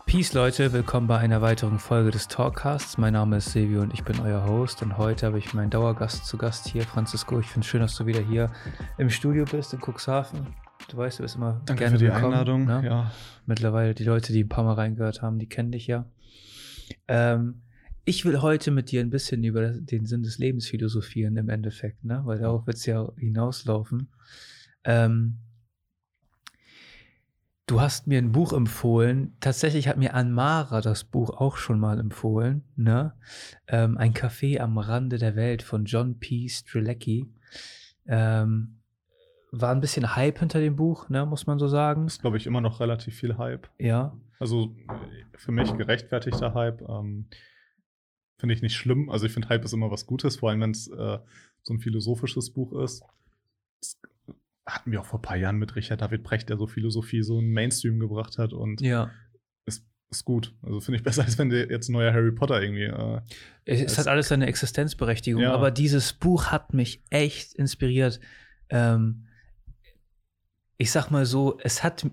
Peace Leute, willkommen bei einer weiteren Folge des Talkcasts. Mein Name ist Silvio und ich bin euer Host und heute habe ich meinen Dauergast zu Gast hier, Francisco. Ich finde es schön, dass du wieder hier im Studio bist in Cuxhaven. Du weißt, du bist immer Danke gerne für die willkommen, Einladung. ne? Ja. Mittlerweile die Leute, die ein paar Mal reingehört haben, die kennen dich ja. Ich will heute mit dir ein bisschen über den Sinn des Lebens philosophieren im Endeffekt, ne? Weil darauf wird es ja hinauslaufen. Du hast mir ein Buch empfohlen. Tatsächlich hat mir Anmara das Buch auch schon mal empfohlen. Ne? Ein Café am Rande der Welt von John P. Strzelecki. War ein bisschen Hype hinter dem Buch, ne, muss man so sagen. Ist, glaube ich, immer noch relativ viel Hype. Ja. Also für mich gerechtfertigter Hype. Finde ich nicht schlimm. Also ich finde, Hype ist immer was Gutes, vor allem wenn es so ein philosophisches Buch ist. Das hatten wir auch vor ein paar Jahren mit Richard David Brecht, der so Philosophie so in Mainstream gebracht hat und Ja. ist gut. Also finde ich besser, als wenn der jetzt ein neuer Harry Potter irgendwie Es hat alles seine Existenzberechtigung, Ja. aber dieses Buch hat mich echt inspiriert. Ich sag mal so, es hat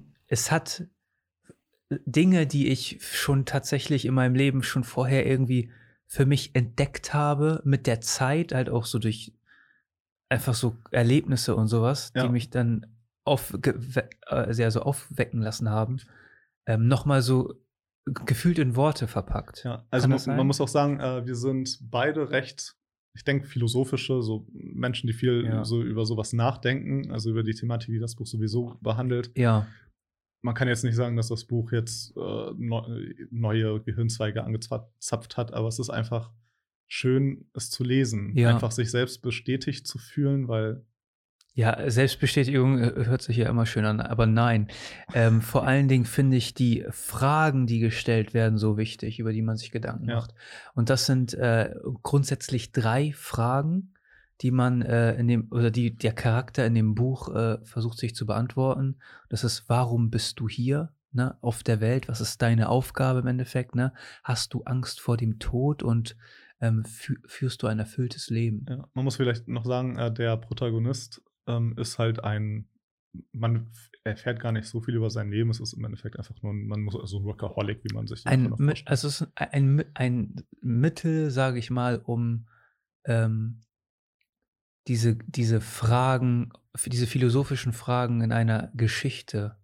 Dinge, die ich schon tatsächlich in meinem Leben schon vorher irgendwie für mich entdeckt habe, mit der Zeit, halt auch so durch einfach so Erlebnisse und sowas, Ja. die mich dann sehr so aufwecken lassen haben, nochmal so gefühlt in Worte verpackt. Ja, also Kann das sein? man muss auch sagen, wir sind beide recht, ich denke, philosophische, so Menschen, die viel Ja. so über sowas nachdenken, also über die Thematik, die das Buch sowieso behandelt. Ja, Man kann jetzt nicht sagen, dass das Buch jetzt neue Gehirnzweige angezapft hat, aber es ist einfach schön, es zu lesen. Ja. Einfach sich selbst bestätigt zu fühlen, weil ja, Selbstbestätigung hört sich ja immer schön an, aber nein. Vor allen Dingen finde ich die Fragen, die gestellt werden, so wichtig, über die man sich Gedanken Ja. macht. Und das sind grundsätzlich 3 Fragen, die man die der Charakter in dem Buch versucht sich zu beantworten. Das ist, warum bist du hier, ne, auf der Welt? Was ist deine Aufgabe im Endeffekt? Ne? Hast du Angst vor dem Tod und führst du ein erfülltes Leben? ja, man muss vielleicht noch sagen, der Protagonist ist halt man erfährt gar nicht so viel über sein Leben. Es ist im Endeffekt einfach nur ein Workaholic, wie man sich das einfach vorstellt. Also es ist ein Mittel, sage ich mal, um diese Fragen, diese philosophischen Fragen in einer Geschichte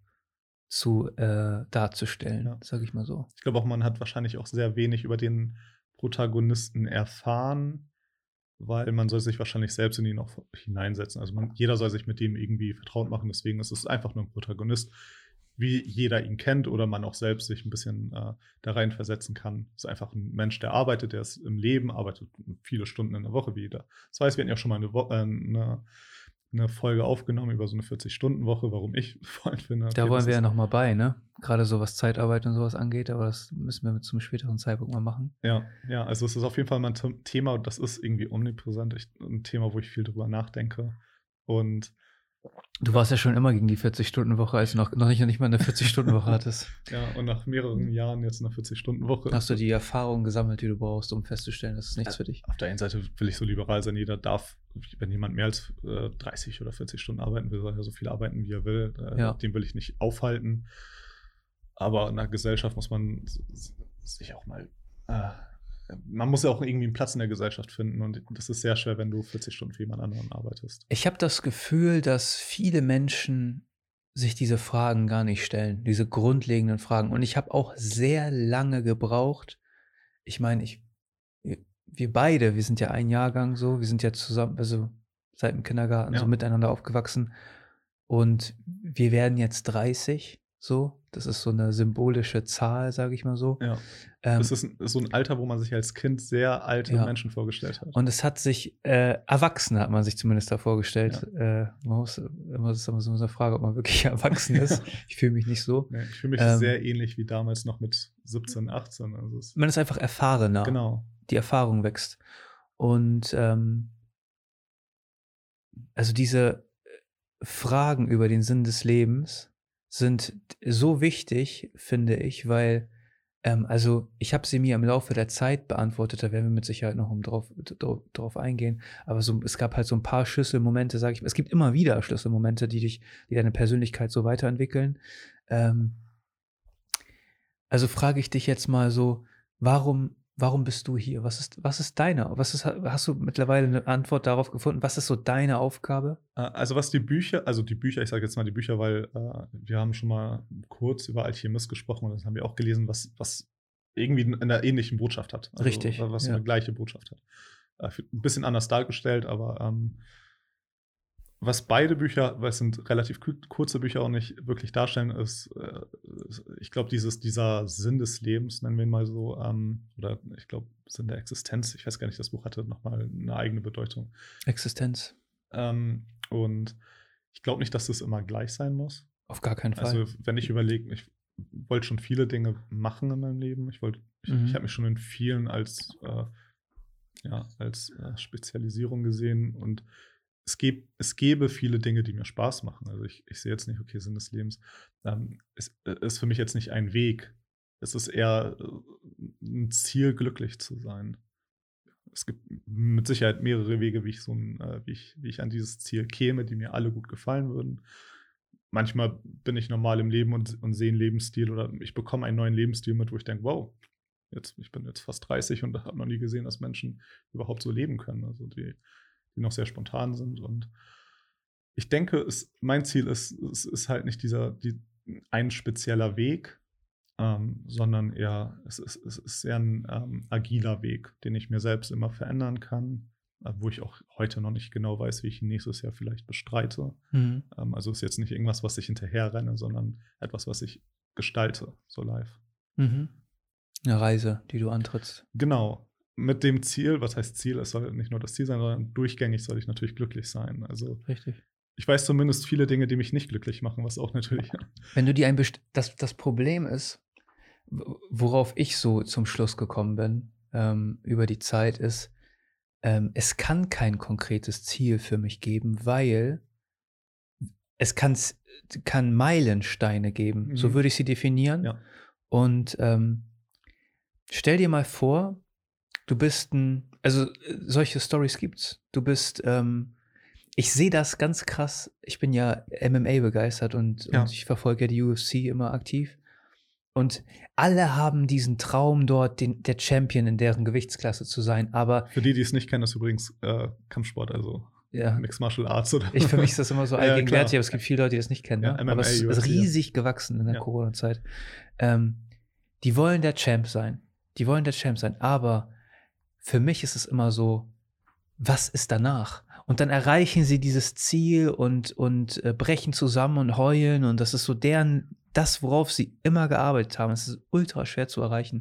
darzustellen, Ja. sage ich mal so. Ich glaube auch, man hat wahrscheinlich auch sehr wenig über den Protagonisten erfahren, weil man soll sich wahrscheinlich selbst in ihn auch hineinsetzen. Also jeder soll sich mit dem irgendwie vertraut machen. Deswegen ist es einfach nur ein Protagonist, wie jeder ihn kennt oder man auch selbst sich ein bisschen da reinversetzen kann. Es ist einfach ein Mensch, der arbeitet, der ist im Leben, arbeitet viele Stunden in der Woche wie jeder. Das heißt, wir hatten ja schon mal eine Folge aufgenommen über so eine 40-Stunden-Woche, warum ich vor allem finde. Da okay, wollen das wir ja ist- noch mal bei, ne? Gerade so was Zeitarbeit und sowas angeht, aber das müssen wir zum späteren Zeitpunkt mal machen. Ja, also es ist auf jeden Fall mal ein Thema, das ist irgendwie omnipräsent, ein Thema, wo ich viel drüber nachdenke. Und Du warst ja schon immer gegen die 40-Stunden-Woche, als du noch nicht mal eine 40-Stunden-Woche hattest. ja, und nach mehreren Jahren jetzt eine 40-Stunden-Woche. Hast du die Erfahrung gesammelt, die du brauchst, um festzustellen, das ist nichts für dich? Auf der einen Seite will ich so liberal sein, jeder darf, wenn jemand mehr als 30 oder 40 Stunden arbeiten will, soll er so viel arbeiten, wie er will. Ja. Den will ich nicht aufhalten. Aber in der Gesellschaft muss man sich auch mal man muss ja auch irgendwie einen Platz in der Gesellschaft finden und das ist sehr schwer, wenn du 40 Stunden für jemand anderen arbeitest. Ich habe das Gefühl, dass viele Menschen sich diese Fragen gar nicht stellen, diese grundlegenden Fragen. Und ich habe auch sehr lange gebraucht. Ich meine, wir beide, wir sind ja ein Jahrgang so, wir sind ja zusammen, also seit dem Kindergarten Ja. so miteinander aufgewachsen. Und wir werden jetzt 30, so. Das ist so eine symbolische Zahl, sage ich mal so. Ja. Das ist so ein Alter, wo man sich als Kind sehr alte Ja. Menschen vorgestellt hat. Und es hat sich, Erwachsene hat man sich zumindest da vorgestellt. Man muss immer, das ist immer so eine Frage, ob man wirklich erwachsen ist. Ich fühle mich nicht so. Nee, ich fühle mich sehr ähnlich wie damals noch mit 17, 18. Also Man ist einfach erfahrener. genau. Die Erfahrung wächst. Und also diese Fragen über den Sinn des Lebens sind so wichtig, finde ich, weil also ich habe sie mir im Laufe der Zeit beantwortet, da werden wir mit Sicherheit noch drauf eingehen, aber es gab halt so ein paar Schlüsselmomente, sage ich, es gibt immer wieder Schlüsselmomente, die deine Persönlichkeit so weiterentwickeln. Also frage ich dich jetzt mal so, warum bist du hier? Hast du mittlerweile eine Antwort darauf gefunden? Was ist so deine Aufgabe? Also, was die Bücher, ich sage jetzt mal die Bücher, weil, wir haben schon mal kurz über Alchemist gesprochen und das haben wir auch gelesen, was irgendwie 'ne ähnliche Botschaft hat. Also, Richtig, was so ja. 'ne gleiche Botschaft hat. F 'n bisschen anders dargestellt, aber, was beide Bücher, weil es sind relativ kurze Bücher auch nicht wirklich darstellen, ich glaube, dieser Sinn des Lebens, nennen wir ihn mal so, oder ich glaube, Sinn der Existenz, ich weiß gar nicht, das Buch hatte noch mal 'ne eigene Bedeutung. Existenz. Und ich glaube nicht, dass das immer gleich sein muss. Auf gar keinen Fall. Also, wenn ich überlege, ich wollte schon viele Dinge machen in meinem Leben. Ich habe mich schon in vielen als Spezialisierung gesehen und es gäbe viele Dinge, die mir Spaß machen. Also, ich sehe jetzt nicht, okay, Sinn des Lebens, ist für mich jetzt nicht ein Weg. Es ist eher, 'n Ziel, glücklich zu sein. Es gibt mit Sicherheit mehrere Wege, wie ich an dieses Ziel käme, die mir alle gut gefallen würden. Manchmal bin ich normal im Leben und sehe 'n Lebensstil oder ich bekomme einen neuen Lebensstil mit, wo ich denke: „Wow, ich bin jetzt fast 30 und habe noch nie gesehen, dass Menschen überhaupt so leben können." Also, die noch sehr spontan sind. Und ich denke, mein Ziel ist halt nicht ein spezieller Weg, sondern eher es ist eher 'n, agiler Weg, den ich mir selbst immer verändern kann, wo ich auch heute noch nicht genau weiß, wie ich ihn nächstes Jahr vielleicht bestreite. Mhm. Also, ist jetzt nicht irgendwas, was ich hinterherrenne, sondern etwas, was ich gestalte, so live. Mhm. 'Ne Reise, die du antrittst. Genau. Mit dem Ziel, was heißt Ziel? Es soll nicht nur das Ziel sein, sondern durchgängig soll ich natürlich glücklich sein. Also, Richtig. ich weiß zumindest viele Dinge, die mich nicht glücklich machen, was auch natürlich Wenn du dir das Problem ist, worauf ich so zum Schluss gekommen bin, über die Zeit ist, es kann kein konkretes Ziel für mich geben, weil kann Meilensteine geben, so Mhm. würde ich sie definieren. Ja. Und, stell dir mal vor, du bist solche Stories gibt's. Ich sehe das ganz krass. Ich bin ja MMA begeistert und Ja. ich verfolge ja die UFC immer aktiv. Und alle haben diesen Traum dort, der Champion in deren Gewichtsklasse zu sein, aber Für die, die es nicht kennen, ist übrigens, Kampfsport, also ja, Mixed Martial Arts oder für mich ist das immer so Ja, allgegenwärtig, klar. aber es gibt viele Leute, die das nicht kennen, Ja, ne? Aber MMA, es ist UFC, ja. riesig gewachsen in der Ja. Corona-Zeit. Die wollen der Champ sein. Die wollen der Champ sein, aber für mich ist es immer so: Was ist danach? Und dann erreichen sie dieses Ziel und brechen zusammen und heulen und das ist so worauf sie immer gearbeitet haben. Es ist ultra schwer zu erreichen.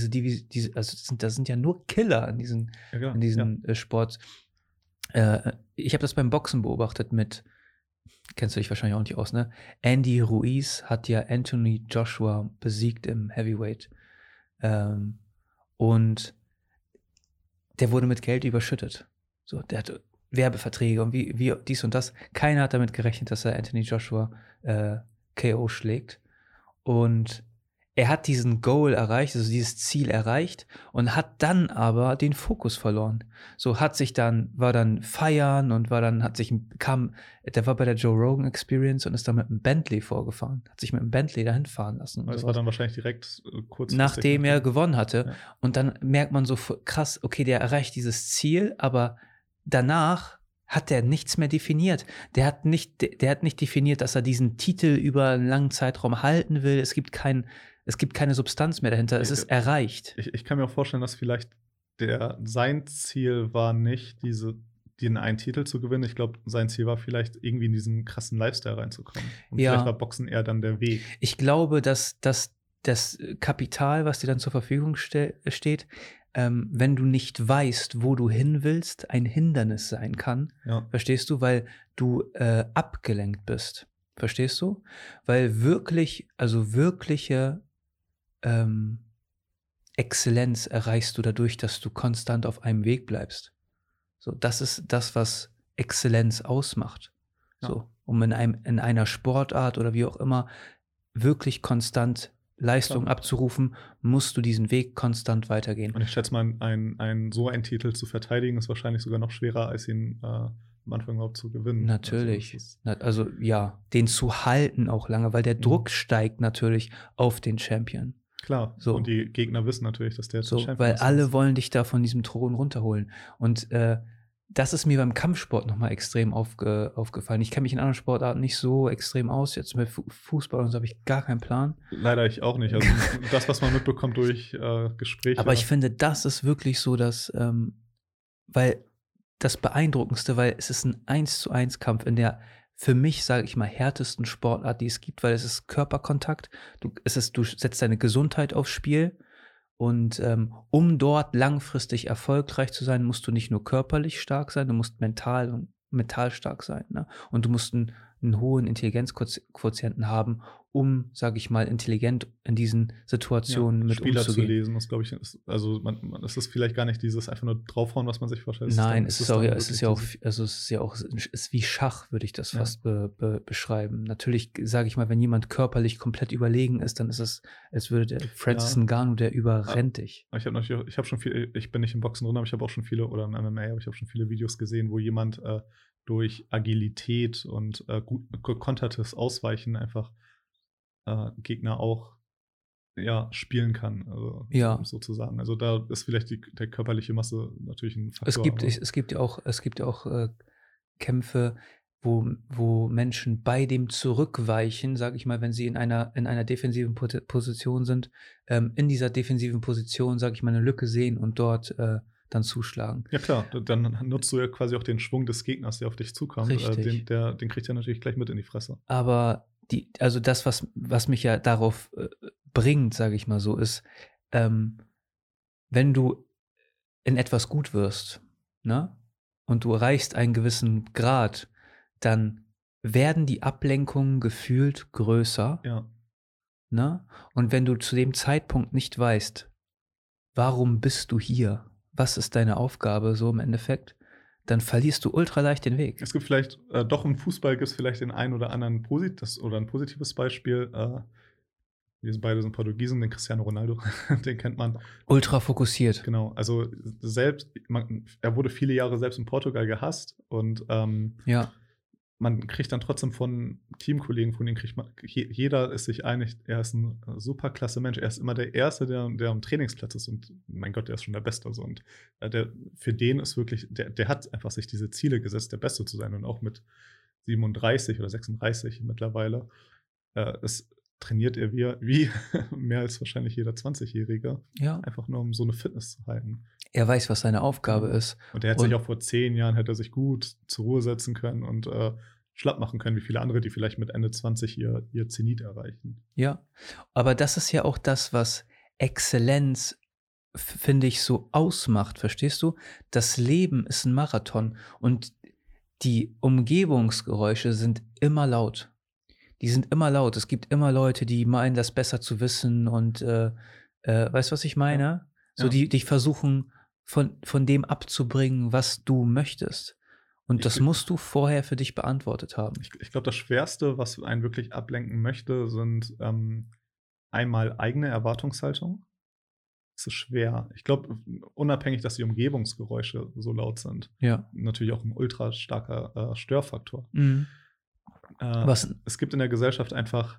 Das sind ja nur Killer in diesen Ja, klar. in diesen, Sport. Ich habe das beim Boxen beobachtet kennst du dich wahrscheinlich auch nicht aus, ne? Andy Ruiz hat ja Anthony Joshua besiegt im Heavyweight. Ähm, und der wurde mit Geld überschüttet. So, der hatte Werbeverträge und wie dies und das. Keiner hat damit gerechnet, dass er Anthony Joshua KO schlägt. Und er hat diesen Goal erreicht, also dieses Ziel erreicht und hat dann aber den Fokus verloren. So war dann feiern und der war bei der Joe Rogan Experience und ist dann mit einem Bentley vorgefahren, hat sich mit einem Bentley dahin fahren lassen. Und Das sowas. war dann wahrscheinlich direkt, kurzfristig. Nachdem er gewonnen hatte. Ja. Und dann merkt man so krass, okay, der erreicht dieses Ziel, aber danach hat er nichts mehr definiert. Der hat nicht definiert, dass er diesen Titel über einen langen Zeitraum halten will. Es gibt keine Substanz mehr dahinter. Es ist erreicht. Ich kann mir auch vorstellen, dass vielleicht sein Ziel war nicht, den einen Titel zu gewinnen. Ich glaube, sein Ziel war vielleicht irgendwie in diesen krassen Lifestyle reinzukommen. Und Ja. vielleicht war Boxen eher dann der Weg. Ich glaube, dass das Kapital, was dir dann zur Verfügung steht, wenn du nicht weißt, wo du hin willst, ein Hindernis sein kann. Ja. Verstehst du? Weil du abgelenkt bist. Verstehst du? Weil wirkliche Exzellenz erreichst du dadurch, dass du konstant auf einem Weg bleibst. So, das ist das, was Exzellenz ausmacht. Ja. So, um in einer Sportart oder wie auch immer wirklich konstant Leistung abzurufen, musst du diesen Weg konstant weitergehen. Und ich schätze mal, so einen Titel zu verteidigen, ist wahrscheinlich sogar noch schwerer, als ihn am Anfang überhaupt zu gewinnen. Natürlich. Also ja, den zu halten auch lange, weil der Druck steigt natürlich auf den Champion. Klar. So. Und die Gegner wissen natürlich, dass der jetzt So, Champion weil ist. alle wollen dich da von diesem Thron runterholen. Und das ist mir beim Kampfsport nochmal extrem aufgefallen. Ich kenne mich in anderen Sportarten nicht so extrem aus. Jetzt mit Fußball und so habe ich gar keinen Plan. Leider ich auch nicht. Also das, was man mitbekommt durch Gespräche. Aber ich finde, das ist wirklich so, dass, weil das Beeindruckendste, weil es ist ein 1:1 Kampf in der für mich, sage ich mal, härtesten Sportart, die es gibt, weil es ist Körperkontakt. Du setzt deine Gesundheit aufs Spiel. Und um dort langfristig erfolgreich zu sein, musst du nicht nur körperlich stark sein, du musst mental stark sein. Ne? Und du musst einen hohen Intelligenzquotienten haben, um, sage ich mal, intelligent in diesen Situationen mit Spieler umzugehen. zu lesen, das glaube ich, es ist vielleicht gar nicht dieses einfach nur draufhauen, was man sich vorstellt. Nein, es ist wie Schach, würde ich das fast beschreiben. Natürlich, sage ich mal, wenn jemand körperlich komplett überlegen ist, dann ist es, als würde der Francis Ngannou, der überrennt dich. Ich bin nicht im Boxen drin, aber ich habe auch schon viele, oder im MMA, aber ich habe schon viele Videos gesehen, wo jemand durch Agilität und gut gekontertes Ausweichen einfach Gegner auch spielen kann, also sozusagen. Also da ist vielleicht der körperliche Masse natürlich ein Faktor. Es gibt ja auch Kämpfe, wo Menschen bei dem Zurückweichen, sage ich mal, wenn sie in einer defensiven Position sind, in dieser defensiven Position, sage ich mal, eine Lücke sehen und dort dann zuschlagen. Ja klar, dann nutzt du ja quasi auch den Schwung des Gegners, der auf dich zukommt. Richtig. Den kriegt er natürlich gleich mit in die Fresse. Aber also das, was mich ja darauf bringt, sage ich mal so, ist, wenn du in etwas gut wirst, ne, und du erreichst einen gewissen Grad, dann werden die Ablenkungen gefühlt größer. Ja. Ne? Und wenn du zu dem Zeitpunkt nicht weißt, warum bist du hier, was ist deine Aufgabe, so im Endeffekt, dann verlierst du ultra leicht den Weg. Es gibt vielleicht, doch im Fußball gibt es vielleicht den einen oder anderen ein positives Beispiel. Wir beide sind Portugiesen, den Cristiano Ronaldo, den kennt man. Ultra fokussiert. Genau, also er wurde viele Jahre selbst in Portugal gehasst und man kriegt dann trotzdem von Teamkollegen, von denen jeder ist sich einig, er ist ein super klasse Mensch. Er ist immer der Erste, der am Trainingsplatz ist und mein Gott, der ist schon der Beste. Also, und für den ist wirklich, der hat einfach sich diese Ziele gesetzt, der Beste zu sein und auch mit 37 oder 36 mittlerweile trainiert er wie mehr als wahrscheinlich jeder 20-Jährige. Ja. Einfach nur, um so eine Fitness zu halten. Er weiß, was seine Aufgabe ist. Und er hat sich auch vor 10 Jahren hätte er sich gut zur Ruhe setzen können und schlapp machen können, wie viele andere, die vielleicht mit Ende 20 ihr Zenit erreichen. Ja, aber das ist ja auch das, was Exzellenz, finde ich, so ausmacht, verstehst du? Das Leben ist ein Marathon und die Umgebungsgeräusche sind immer laut. Die sind immer laut. Es gibt immer Leute, die meinen, das besser zu wissen und weißt du, was ich meine? Ja. So, die dich versuchen, von dem abzubringen, was du möchtest. Und das musst du vorher für dich beantwortet haben. Ich glaube, das Schwerste, was einen wirklich ablenken möchte, sind einmal eigene Erwartungshaltung. Es ist schwer. Ich glaube, unabhängig, dass die Umgebungsgeräusche so laut sind. Ja. Natürlich auch ein ultra starker Störfaktor. Mhm. Es gibt in der Gesellschaft einfach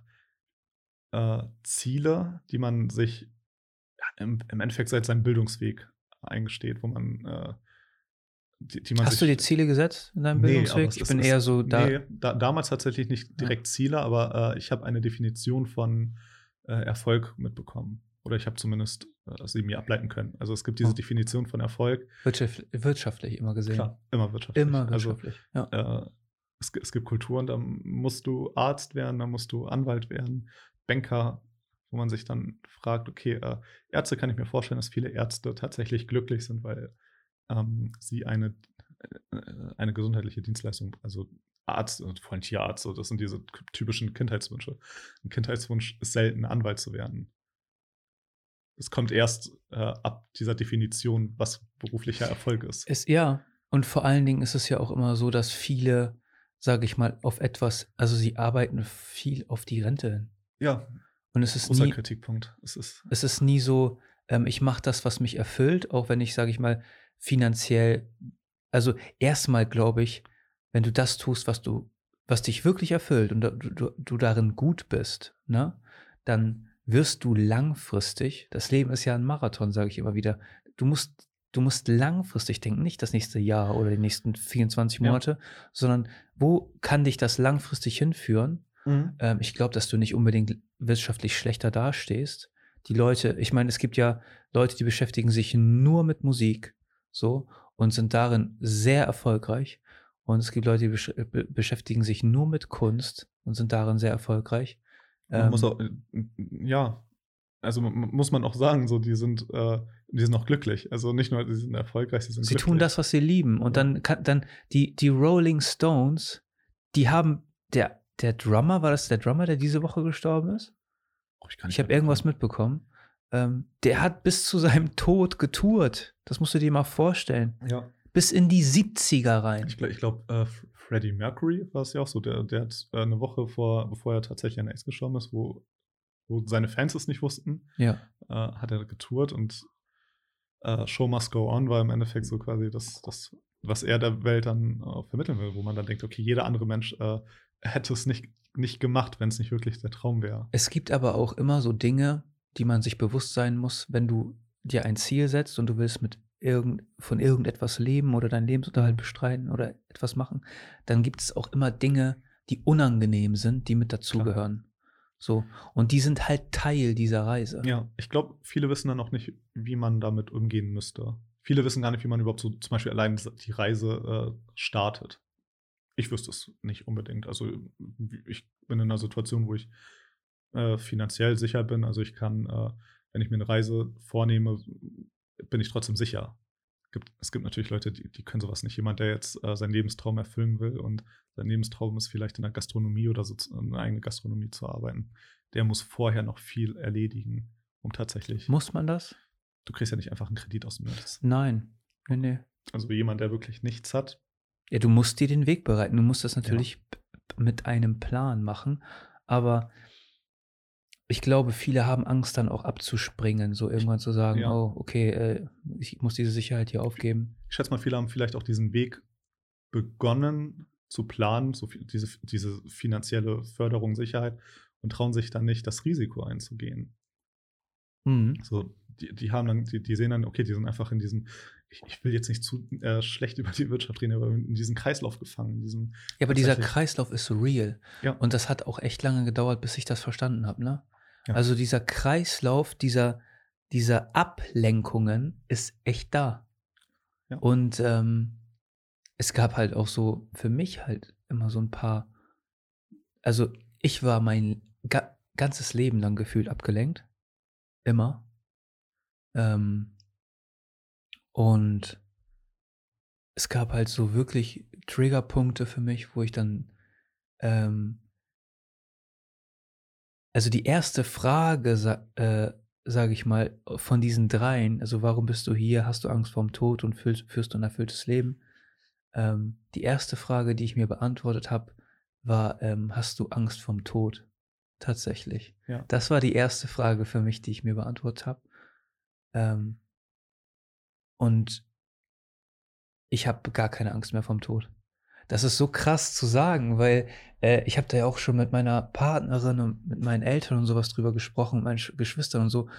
Ziele, die man sich im Endeffekt seit seinem Bildungsweg eingesteht, wo man Hast du dir Ziele gesetzt in deinem Bildungsweg? Ich bin eher so da. Nee, damals tatsächlich nicht direkt Ziele, aber ich habe eine Definition von Erfolg mitbekommen. Oder ich habe zumindest sie mir ableiten können. Also es gibt diese Definition von Erfolg. Wirtschaftlich immer gesehen. Klar, immer wirtschaftlich. Immer wirtschaftlich, also, es gibt Kulturen, da musst du Arzt werden, da musst du Anwalt werden, Banker, wo man sich dann fragt, okay, Ärzte kann ich mir vorstellen, dass viele Ärzte tatsächlich glücklich sind, weil sie eine gesundheitliche Dienstleistung, also Arzt, vor allem Tierarzt, das sind diese typischen Kindheitswünsche. Ein Kindheitswunsch ist selten, Anwalt zu werden. Es kommt erst ab dieser Definition, was beruflicher Erfolg ist. Ja, und vor allen Dingen ist es ja auch immer so, dass viele, sage ich mal, auf etwas, also sie arbeiten viel auf die Rente hin. Ja, und es ist großer Kritikpunkt. Es ist nie so, ich mache das, was mich erfüllt, auch wenn ich, sage ich mal, finanziell, also erstmal glaube ich, wenn du das tust, was dich wirklich erfüllt und du darin gut bist, ne, dann wirst du langfristig, das Leben ist ja ein Marathon, sage ich immer wieder, du musst langfristig denken, nicht das nächste Jahr oder die nächsten 24 Ja. Monate, sondern wo kann dich das langfristig hinführen? Mhm. Ich glaube, dass du nicht unbedingt wirtschaftlich schlechter dastehst. Die Leute, ich meine, es gibt ja Leute, die beschäftigen sich nur mit Musik, so, und sind darin sehr erfolgreich. Und es gibt Leute, die beschäftigen sich nur mit Kunst und sind darin sehr erfolgreich. Man muss auch, Ähm, ja, also muss man auch sagen, so, die sind auch glücklich. Also nicht nur, sie sind erfolgreich, sie sind Sie glücklich. tun das, was sie lieben. Und Ja. dann die Rolling Stones, die haben, der Drummer, war das der Drummer, der diese Woche gestorben ist? Hab ich gar nicht Ich habe irgendwas mitbekommen. mitbekommen. Der hat bis zu seinem Tod getourt. Das musst du dir mal vorstellen. Ja. Bis in die 70er rein. Ich glaube, Freddie Mercury war es ja auch so, der hat 'ne Woche bevor er tatsächlich an AIDS gestorben ist, wo seine Fans es nicht wussten, Ja. hat er getourt und Show must go on war im Endeffekt so quasi das, was er der Welt dann vermitteln will, wo man dann denkt, okay, jeder andere Mensch hätte es nicht gemacht, wenn es nicht wirklich der Traum wäre. Es gibt aber auch immer so Dinge, die man sich bewusst sein muss, wenn du dir ein Ziel setzt und du willst von irgendetwas leben oder deinen Lebensunterhalt bestreiten oder etwas machen, dann gibt es auch immer Dinge, die unangenehm sind, die mit dazugehören. So. Und die sind halt Teil dieser Reise. Ja, ich glaube, viele wissen dann auch nicht, wie man damit umgehen müsste. Viele wissen gar nicht, wie man überhaupt so zum Beispiel allein die Reise startet. Ich wüsste es nicht unbedingt. Also, ich bin in 'ner Situation, wo ich finanziell sicher bin. Also, ich kann, wenn ich mir 'ne Reise vornehme, bin ich trotzdem sicher. Es gibt natürlich Leute, die können so was nicht. Jemand, der jetzt seinen Lebenstraum erfüllen will und sein Lebenstraum ist vielleicht in der Gastronomie oder so 'ne eigene Gastronomie zu arbeiten, der muss vorher noch viel erledigen, um tatsächlich, Muss man das? du kriegst ja nicht einfach 'n Kredit aus dem Nichts. Nein. Nee, nee. Also, jemand, der wirklich nichts hat. Ja, du musst dir den Weg bereiten. Du musst das Ja. natürlich mit einem Plan machen. Aber ich glaube, viele haben Angst, dann auch abzuspringen, so irgendwann zu sagen, Ja. oh, okay, ich muss diese Sicherheit hier aufgeben. Ich schätze mal, viele haben vielleicht auch diesen Weg begonnen zu planen, so viel diese finanzielle Förderung, Sicherheit, und trauen sich dann nicht, das Risiko einzugehen. Mhm. So, die haben dann, die sehen dann, okay, die sind einfach in diesem, ich will jetzt nicht zu schlecht über die Wirtschaft reden, aber in diesem Kreislauf gefangen, in diesem Ja, aber dieser tatsächlich. Kreislauf ist so real. Ja. Und das hat auch echt lange gedauert, bis ich das verstanden habe, ne? Ja. Also dieser Kreislauf dieser Ablenkungen ist echt da. Ja. Und es gab halt auch so für mich halt immer so ein paar, also ich war mein ganzes Leben lang gefühlt abgelenkt, immer. Ähm, und es gab halt so wirklich Triggerpunkte für mich, wo ich dann, ähm also die erste Frage, sage ich mal, von diesen dreien, also warum bist du hier? Hast du Angst vorm Tod und führst du ein erfülltes Leben? Die erste Frage, die ich mir beantwortet habe, war, hast du Angst vorm Tod? Tatsächlich. Ja. Das war die erste Frage für mich, die ich mir beantwortet habe. Und ich habe gar keine Angst mehr vorm Tod. Das ist so krass zu sagen, weil ich habe da ja auch schon mit meiner Partnerin und mit meinen Eltern und sowas drüber gesprochen, mit meinen Geschwistern und so,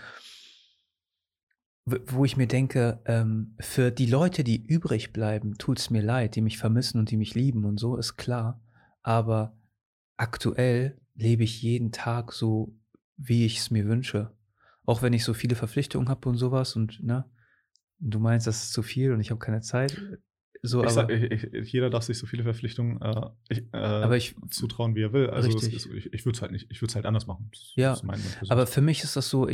wo ich mir denke, für die Leute, die übrig bleiben, tut es mir leid, die mich vermissen und die mich lieben und so, ist klar. Aber aktuell lebe ich jeden Tag so, wie ich es mir wünsche. Auch wenn ich so viele Verpflichtungen habe und sowas und, ne, du meinst, das ist zu viel und ich habe keine Zeit. So, Ich aber sage, jeder darf sich so viele Verpflichtungen aber ich zutrauen, wie er will. Also, richtig. ich würde es halt nicht, ich würde es halt anders machen. Das Ja, ist mein persönliches. aber für mich ist das so,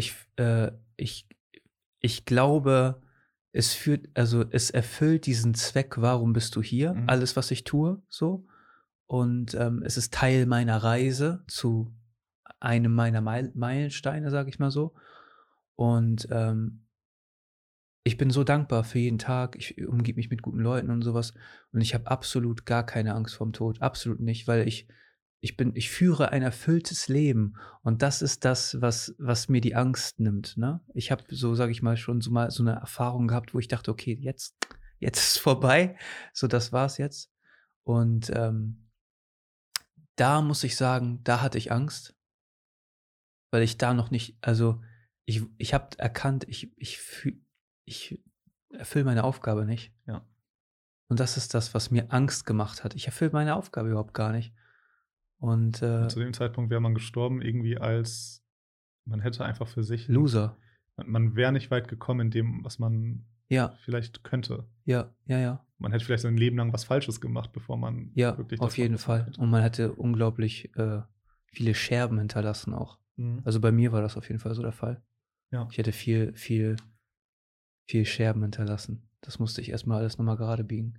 ich glaube, es erfüllt diesen Zweck: „Warum bist du hier?“ Mhm. Alles, was ich tue, so. Und, es ist Teil meiner Reise zu einem meiner Meilensteine, sage ich mal so. Und, ich bin so dankbar für jeden Tag. Ich umgebe mich mit guten Leuten und sowas. Und ich habe absolut gar keine Angst vorm Tod. Absolut nicht, weil ich führe ein erfülltes Leben. Und das ist das, was mir die Angst nimmt, ne? Ich habe so, sage ich mal so eine Erfahrung gehabt, wo ich dachte: „Okay, jetzt ist vorbei. So, das war's jetzt.“ Und, da muss ich sagen, da hatte ich Angst. weil ich da noch nicht, also ich habe erkannt, ich erfülle meine Aufgabe nicht. Ja. Und das ist das, was mir Angst gemacht hat. Ich erfülle meine Aufgabe überhaupt gar nicht. Und Zu dem Zeitpunkt wäre man gestorben, irgendwie als man hätte einfach für sich Loser. man wäre nicht weit gekommen in dem, was man Ja, vielleicht könnte. ja. Man hätte vielleicht sein Leben lang was Falsches gemacht, bevor man Ja, wirklich auf jeden was machen Fall. könnte. Und man hätte unglaublich viele Scherben hinterlassen auch. Mhm. Also bei mir war das auf jeden Fall so der Fall. Ja. Ich hätte viel Scherben hinterlassen. Das musste ich erstmal alles nochmal gerade biegen.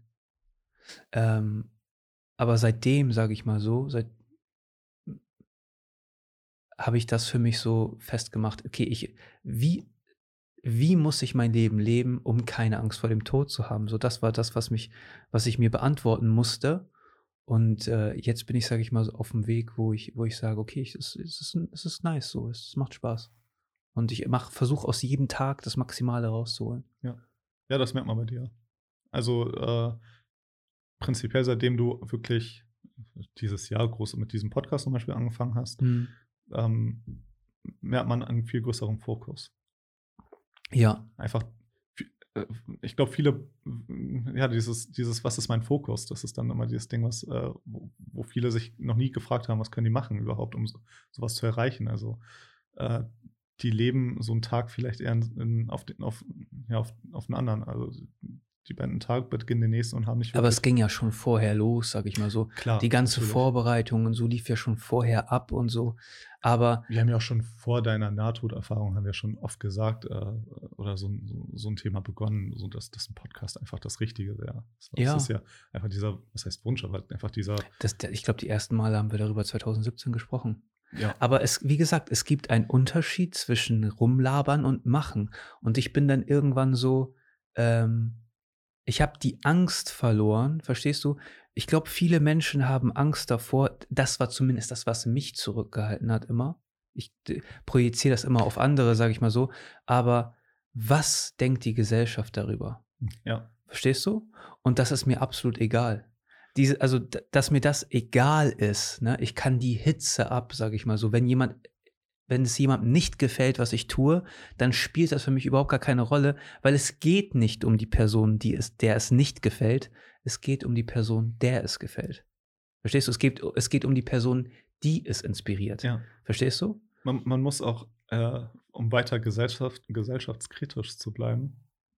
Aber seitdem, sage ich mal so, habe ich das für mich so festgemacht, okay, wie muss ich mein Leben leben, um keine Angst vor dem Tod zu haben? So, das war das, was ich mir beantworten musste. Und jetzt bin ich, sage ich mal, so auf dem Weg, wo ich sage, okay, es ist nice so, es macht Spaß. Und ich versuche aus jedem Tag das Maximale rauszuholen. Ja, das merkt man bei dir. Also prinzipiell, seitdem du wirklich dieses Jahr groß mit diesem Podcast zum Beispiel angefangen hast, merkt man einen viel größeren Fokus. Ja, Einfach, ich glaube, viele, ja, dieses, was ist mein Fokus? Das ist dann immer dieses Ding, wo viele sich noch nie gefragt haben, was können die machen überhaupt, um sowas zu erreichen. Also die leben so einen Tag vielleicht eher auf einen anderen. Also die beenden einen Tag, beginnen den nächsten und haben nicht aber es ging ja schon vorher los, sag ich mal so. Klar, die ganze natürlich. Vorbereitung und so lief ja schon vorher ab und so. Aber wir haben ja auch schon vor deiner Nahtoderfahrung, haben wir schon oft gesagt, oder so ein Thema begonnen, so dass ein Podcast einfach das Richtige wäre. Ja. Das ist ja einfach dieser, was heißt Wunsch, aber einfach dieser. ich glaube, die ersten Male haben wir darüber 2017 gesprochen. Ja. Aber wie gesagt, es gibt einen Unterschied zwischen rumlabern und machen. Und ich bin dann irgendwann so, ich habe die Angst verloren, verstehst du? Ich glaube, viele Menschen haben Angst davor. Das war zumindest das, was mich zurückgehalten hat immer. Ich projiziere das immer auf andere, sage ich mal so. Aber was denkt die Gesellschaft darüber? Ja. Verstehst du? Und das ist mir absolut egal. Also, dass mir das egal ist, ne? Ich kann die Hitze ab, sage ich mal so. Wenn es jemandem nicht gefällt, was ich tue, dann spielt das für mich überhaupt gar keine Rolle, weil es geht nicht um die Person, der es nicht gefällt. Es geht um die Person, der es gefällt. Verstehst du? Es geht um die Person, die es inspiriert. Ja. Verstehst du? Man muss auch, um weiter gesellschaftskritisch zu bleiben,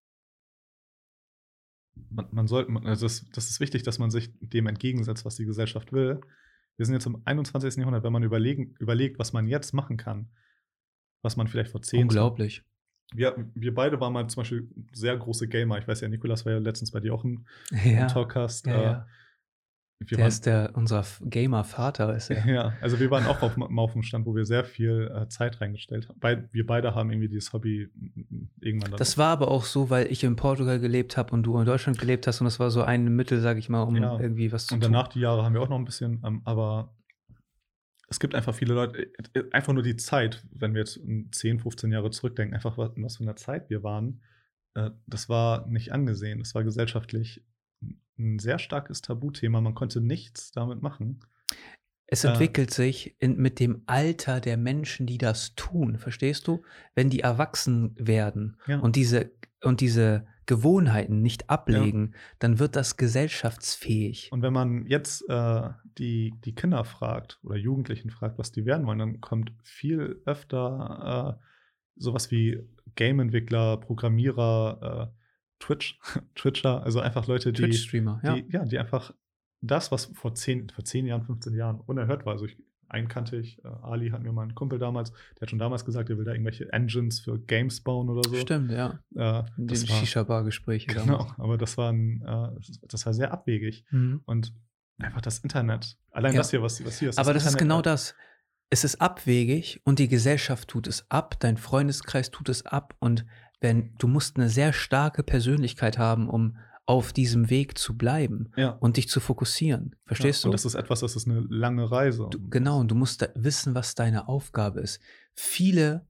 also das ist wichtig, dass man sich dem entgegensetzt, was die Gesellschaft will. Wir sind jetzt im 21. Jahrhundert, wenn man überlegt, was man jetzt machen kann, was man vielleicht vor 10 Unglaublich. Wir beide waren mal zum Beispiel sehr große Gamer. Ich weiß ja, Nikolas war ja letztens bei dir auch im Talkcast. Ja. Unser Gamer-Vater ist er. Ja, also wir waren auch auf dem Stand, wo wir sehr viel Zeit reingestellt haben. Wir beide haben irgendwie dieses Hobby irgendwann dann. Das war aber auch so, weil ich in Portugal gelebt habe und du in Deutschland gelebt hast und das war so ein Mittel, sage ich mal, um irgendwie was zu tun. Und danach die Jahre haben wir auch noch ein bisschen, aber es gibt einfach viele Leute, einfach nur die Zeit, wenn wir jetzt 10, 15 Jahre zurückdenken, einfach was für eine Zeit wir waren, das war nicht angesehen, das war gesellschaftlich ein sehr starkes Tabuthema, man konnte nichts damit machen. Es entwickelt sich mit dem Alter der Menschen, die das tun, verstehst du? Wenn die erwachsen werden und diese Gewohnheiten nicht ablegen, dann wird das gesellschaftsfähig. Und wenn man jetzt die Kinder fragt oder Jugendlichen fragt, was die werden wollen, dann kommt viel öfter sowas wie Game-Entwickler, Programmierer, Twitcher, also einfach Leute, Twitch-Streamer, die einfach das, was vor 10 Jahren, 15 Jahren unerhört war. Also einen kannte ich, Ali hat mir mal einen Kumpel damals, der hat schon damals gesagt, er will da irgendwelche Engines für Games bauen oder so. Stimmt, ja. Die Shisha-Bar-Gespräche. Genau, aber das war sehr abwegig. Mhm. Und einfach das Internet, allein das hier, was hier ist. Aber das ist genau das. Es ist abwegig und die Gesellschaft tut es ab, dein Freundeskreis tut es ab und du musst eine sehr starke Persönlichkeit haben, um auf diesem Weg zu bleiben und dich zu fokussieren. Verstehst du? Und das ist etwas, das ist eine lange Reise. Genau, und du musst wissen, was deine Aufgabe ist. Viele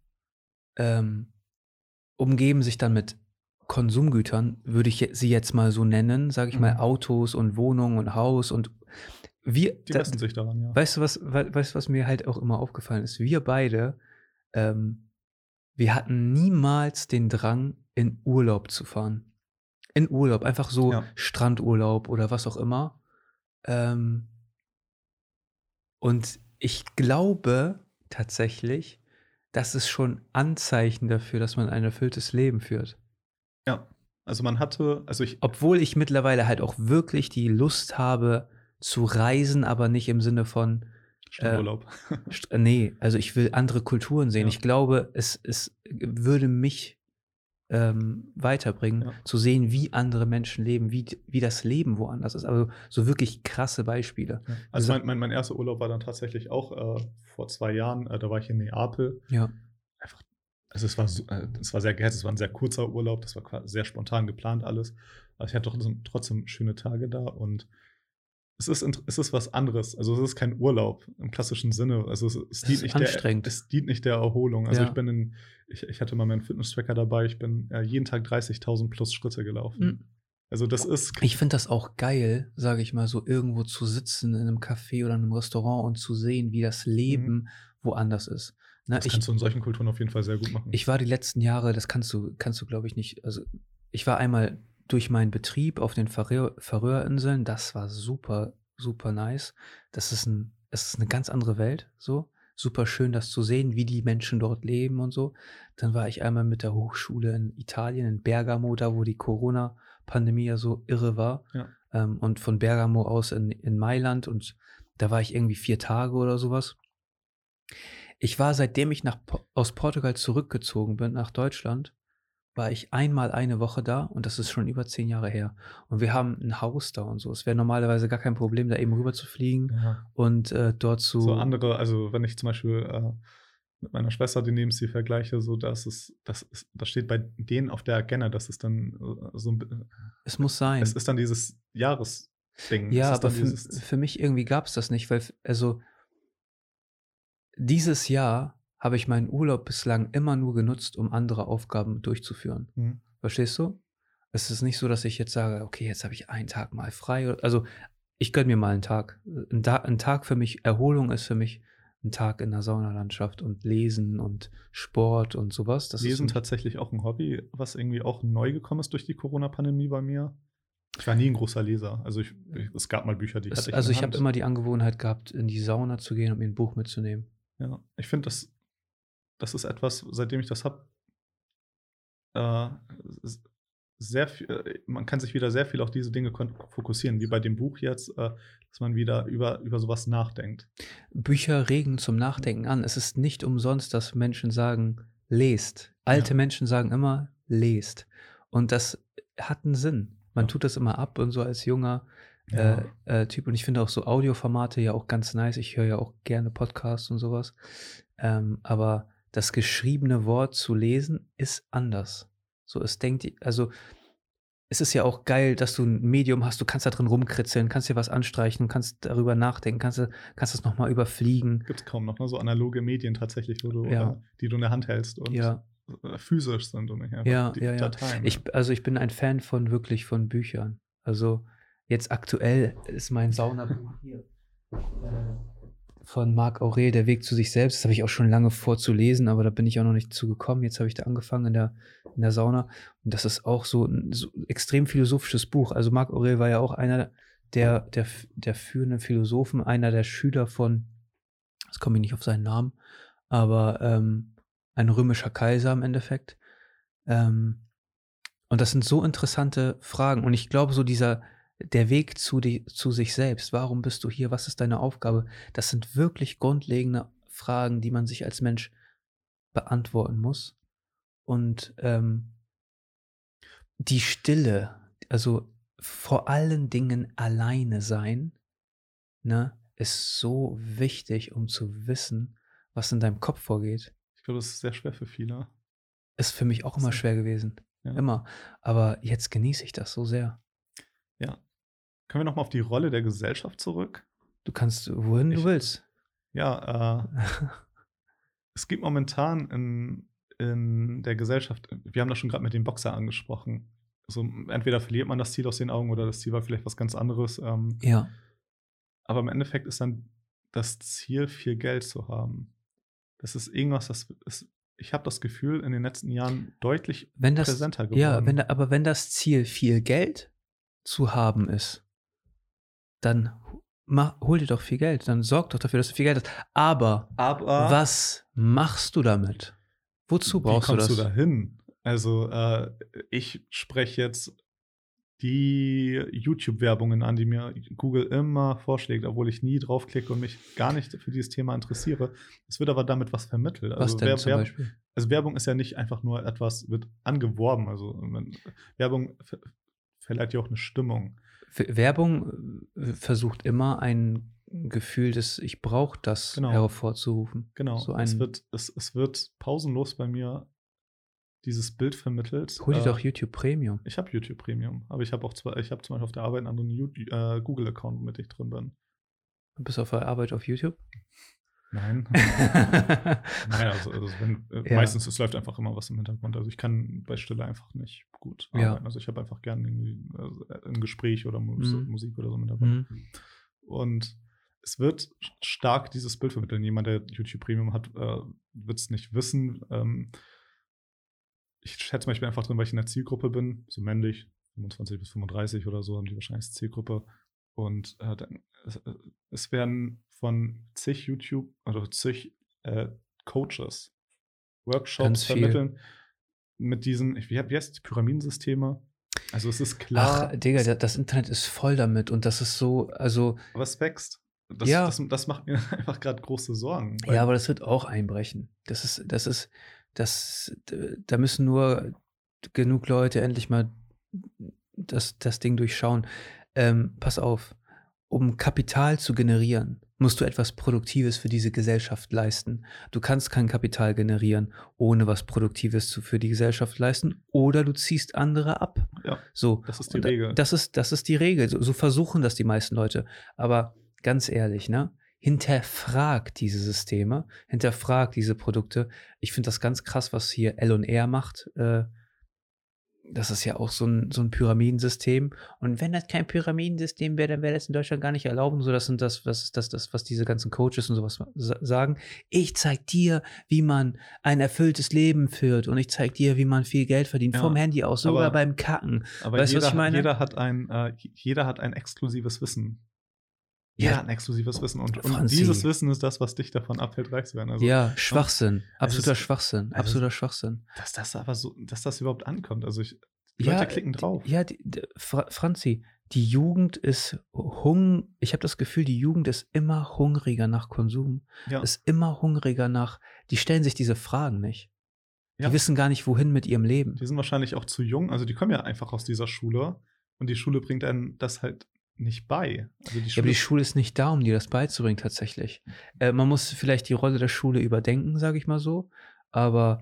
umgeben sich dann mit Konsumgütern, würde ich sie jetzt mal so nennen, sage ich mal, Autos und Wohnungen und Haus und die messen sich daran, ja. Weißt du, was mir halt auch immer aufgefallen ist? Wir beide wir hatten niemals den Drang, in Urlaub zu fahren. In Urlaub, einfach so Ja. Strandurlaub oder was auch immer. Ähm, und ich glaube tatsächlich, das ist schon Anzeichen dafür, dass man ein erfülltes Leben führt. Ja. Also, man hatte ich Obwohl ich mittlerweile halt auch wirklich die Lust habe zu reisen, aber nicht im Sinne von, Strandurlaub. ne, also ich will andere Kulturen sehen. Ja. Ich glaube, es würde mich, weiterbringen, Ja. zu sehen, wie andere Menschen leben, wie das Leben woanders ist. Also, so wirklich krasse Beispiele. Ja. Also, mein erster Urlaub war dann tatsächlich auch, vor 2 Jahren. Da war ich in Neapel. Ja. Einfach es war sehr gehetzt, es war 'n sehr kurzer Urlaub, das war sehr spontan geplant alles. Aber ich hatte trotzdem schöne Tage da und es ist was anderes. Also, es ist kein Urlaub im klassischen Sinne. Also, Es ist anstrengend. es dient nicht der Erholung. Also, Ja. ich hatte mal meinen Fitness-Tracker dabei. Ich bin, jeden Tag 30.000 plus Schritte gelaufen. Hm. Also, das ist Ich finde das auch geil, sage ich mal, so irgendwo zu sitzen in einem Café oder in 'nem Restaurant und zu sehen, wie das Leben woanders ist. Ne, das kannst du in solchen Kulturen auf jeden Fall sehr gut machen. ich war die letzten Jahre, das kannst du, glaube ich, nicht, also, ich war einmal durch meinen Betrieb auf den Färöerinseln, das war super, super nice. Es ist 'ne ganz andere Welt so. Super schön, das zu sehen, wie die Menschen dort leben und so. Dann war ich einmal mit der Hochschule in Italien, in Bergamo, da wo die Corona-Pandemie ja so irre war. Ja. Und von Bergamo aus in Mailand, und da war ich irgendwie 4 Tage oder so was. Ich war, seitdem ich aus Portugal zurückgezogen bin nach Deutschland, war ich einmal eine Woche da, und das ist schon über 10 Jahre her. Und wir haben 'n Haus da und so. Es wäre normalerweise gar kein Problem, da eben rüber zu fliegen Ja. und, dort So andere wenn ich zum Beispiel, mit meiner Schwester den Lebensstil vergleiche, so das steht bei denen auf der Agenda, das ist dann, so 'n b es muss es sein. ist dann dieses Jahresding. Es Ja, ist aber dann dieses für mich irgendwie gab's das nicht, weil also, dieses Jahr habe ich meinen Urlaub bislang immer nur genutzt, um andere Aufgaben durchzuführen. mhm. Verstehst du? Es ist nicht so, dass ich jetzt sage: „Okay, jetzt habe ich einen Tag mal frei." Also, ich gönne mir mal einen Tag. 'N Tag für mich Erholung ist für mich ein Tag in der Saunalandschaft und Lesen und Sport und sowas. Das ist für Lesen mich, tatsächlich auch 'n Hobby, was irgendwie auch neu gekommen ist durch die Corona-Pandemie bei mir. Ich war nie 'n großer Leser. Also, es gab mal Bücher, die hatte ich in also, der ich habe Hand. immer die Angewohnheit gehabt, in die Sauna zu gehen und mir ein Buch mitzunehmen. Ja, ich finde, das ist etwas, seitdem ich das habe, äh, s sehr viel man kann sich wieder sehr viel auf diese Dinge fokussieren, wie bei dem Buch jetzt, dass man wieder über so was nachdenkt. Bücher regen zum Nachdenken an. Es ist nicht umsonst, dass Menschen sagen: „Lest." Ja, Alte Menschen sagen immer: „Lest." Und das hat 'n Sinn. Man ja, tut das immer ab und so als junger, ja. Typ. Und ich finde auch so Audioformate ja auch ganz nice. Ich höre ja auch gerne Podcasts und sowas. Aber das geschriebene Wort zu lesen ist anders. So, es ist ja auch geil, dass du 'n Medium hast, du kannst da drin rumkritzeln, kannst dir was anstreichen, kannst darüber nachdenken, kannst das noch mal überfliegen. Gibt's kaum noch, ne, so analoge Medien tatsächlich, Ja, die du in der Hand hältst und, ja, physisch sind und nicht einfach ja, die ja, ja. Dateien, ja. Ich bin ein Fan von Büchern. Also, jetzt aktuell ist mein Saunabuch hier, von Marc Aurel, „Der Weg zu sich selbst." Das habe ich auch schon lange vor zu lesen, aber da bin ich auch noch nicht zu gekommen. Jetzt habe ich da angefangen in der Sauna. Und das ist auch so 'n so extrem philosophisches Buch. Also, Marc Aurel war ja auch einer der führenden Philosophen, einer der Schüler von, jetzt komme ich nicht auf seinen Namen, aber, ein römischer Kaiser im Endeffekt. Ähm, und das sind so interessante Fragen. Und ich glaube, so der Weg zu sich selbst. Warum bist du hier? Was ist deine Aufgabe? Das sind wirklich grundlegende Fragen, die man sich als Mensch beantworten muss. Und, die Stille, also vor allen Dingen alleine sein, ne, ist so wichtig, um zu wissen, was in deinem Kopf vorgeht. Ich glaube, das ist sehr schwer für viele. Ist für mich auch immer Sehr schwer gewesen. Ja, Immer. Aber jetzt genieße ich das so sehr. ja. Können wir noch mal auf die Rolle der Gesellschaft zurück? Du kannst wohin du Ich willst. Ja, es gibt momentan in der Gesellschaft, wir haben das schon grad mit dem Boxer angesprochen. So, entweder verliert man das Ziel aus den Augen oder das Ziel war vielleicht was ganz anderes, Ja, aber im Endeffekt ist dann das Ziel, viel Geld zu haben. das ist irgendwas, ich habe das Gefühl, in den letzten Jahren deutlich Wenn das, präsenter ja, geworden. aber wenn das Ziel viel Geld zu haben ist, dann hol dir doch viel Geld. Dann sorg doch dafür, dass du viel Geld hast. Aber was machst du damit? Wozu wie brauchst du kommst du das? dahin? Also, ich spreche jetzt die YouTube-Werbungen an, die mir Google immer vorschlägt, obwohl ich nie draufklicke und mich gar nicht für dieses Thema interessiere. Es wird aber damit was vermittelt. Was Also, denn zum Beispiel? also Werbung ist ja nicht einfach nur etwas, wird angeworben. Also Werbung verleiht ja auch eine Stimmung. Werbung versucht immer ein Gefühl des Ich brauche das Genau. hervorzurufen. Genau. So es ein, wird pausenlos bei mir dieses Bild vermittelt. hol dir doch YouTube Premium. Ich habe YouTube Premium, aber ich habe zum Beispiel auf der Arbeit einen anderen Google-Account, womit ich drin bin. Du bist auf der Arbeit auf YouTube? Nein. Naja, Ja. meistens, es läuft einfach immer was im Hintergrund. Also ich kann bei Stille einfach nicht gut Ja. arbeiten. Also ich habe einfach gerne irgendwie ein Gespräch oder Mhm. Musik oder so im Hintergrund. Mhm. Und es wird stark dieses Bild vermitteln. Jemand, der YouTube Premium hat, wird es nicht wissen. Ich schätze mal, ich bin einfach drin, weil ich in der Zielgruppe bin, so männlich, 25 bis 35 oder so, haben die wahrscheinlich als Zielgruppe. Und es werden von zig Coaches Workshops Ganz viel. vermitteln mit diesen, wie heißt die, Pyramidensysteme? Also es ist klar. Ach, Digga, das Internet ist voll damit und das ist so, also, Aber es wächst. Ja. Das macht mir einfach gerade große Sorgen. ja, aber das wird auch einbrechen. Da müssen nur genug Leute endlich mal das Ding durchschauen. Pass auf, um Kapital zu generieren, musst du etwas Produktives für diese Gesellschaft leisten. Du kannst kein Kapital generieren, ohne was Produktives für die Gesellschaft leisten, oder du ziehst andere ab. Ja, So, das ist die und Regel. Das ist die Regel. So versuchen das die meisten Leute. Aber ganz ehrlich, ne? Hinterfragt diese Systeme, hinterfragt diese Produkte. Ich finde das ganz krass, was hier L&R macht. Das ist ja auch so ein Pyramidensystem. Und wenn das kein Pyramidensystem wäre, dann wäre das in Deutschland gar nicht erlaubt. So, was ist das, was diese ganzen Coaches und sowas sagen. Ich zeig dir, wie man ein erfülltes Leben führt. Und ich zeig dir, wie man viel Geld verdient. Ja, vom Handy aus, sogar aber- beim Kacken. Aber Weißt du, was ich meine? jeder hat ein exklusives Wissen. Ja. Jeder hat ein exklusives Wissen. Und Franzi. dieses Wissen ist das, was dich davon abhält, reich zu werden. Also, Ja, Schwachsinn. Absoluter ist- Schwachsinn. also- Absoluter Schwachsinn. dass das überhaupt ankommt. Also die Leute klicken drauf. Ja, Franzi, die Jugend ist ich habe das Gefühl, die Jugend ist immer hungriger nach Konsum. Ja. Ist immer hungriger die stellen sich diese Fragen nicht. Ja. Die wissen gar nicht, wohin mit ihrem Leben. Die sind wahrscheinlich auch zu jung. Also die kommen ja einfach aus dieser Schule. Und die Schule bringt einem das halt nicht bei. Also Ja, aber die Schule ist nicht da, um dir das beizubringen, tatsächlich. Man muss vielleicht die Rolle der Schule überdenken, sage ich mal so. Aber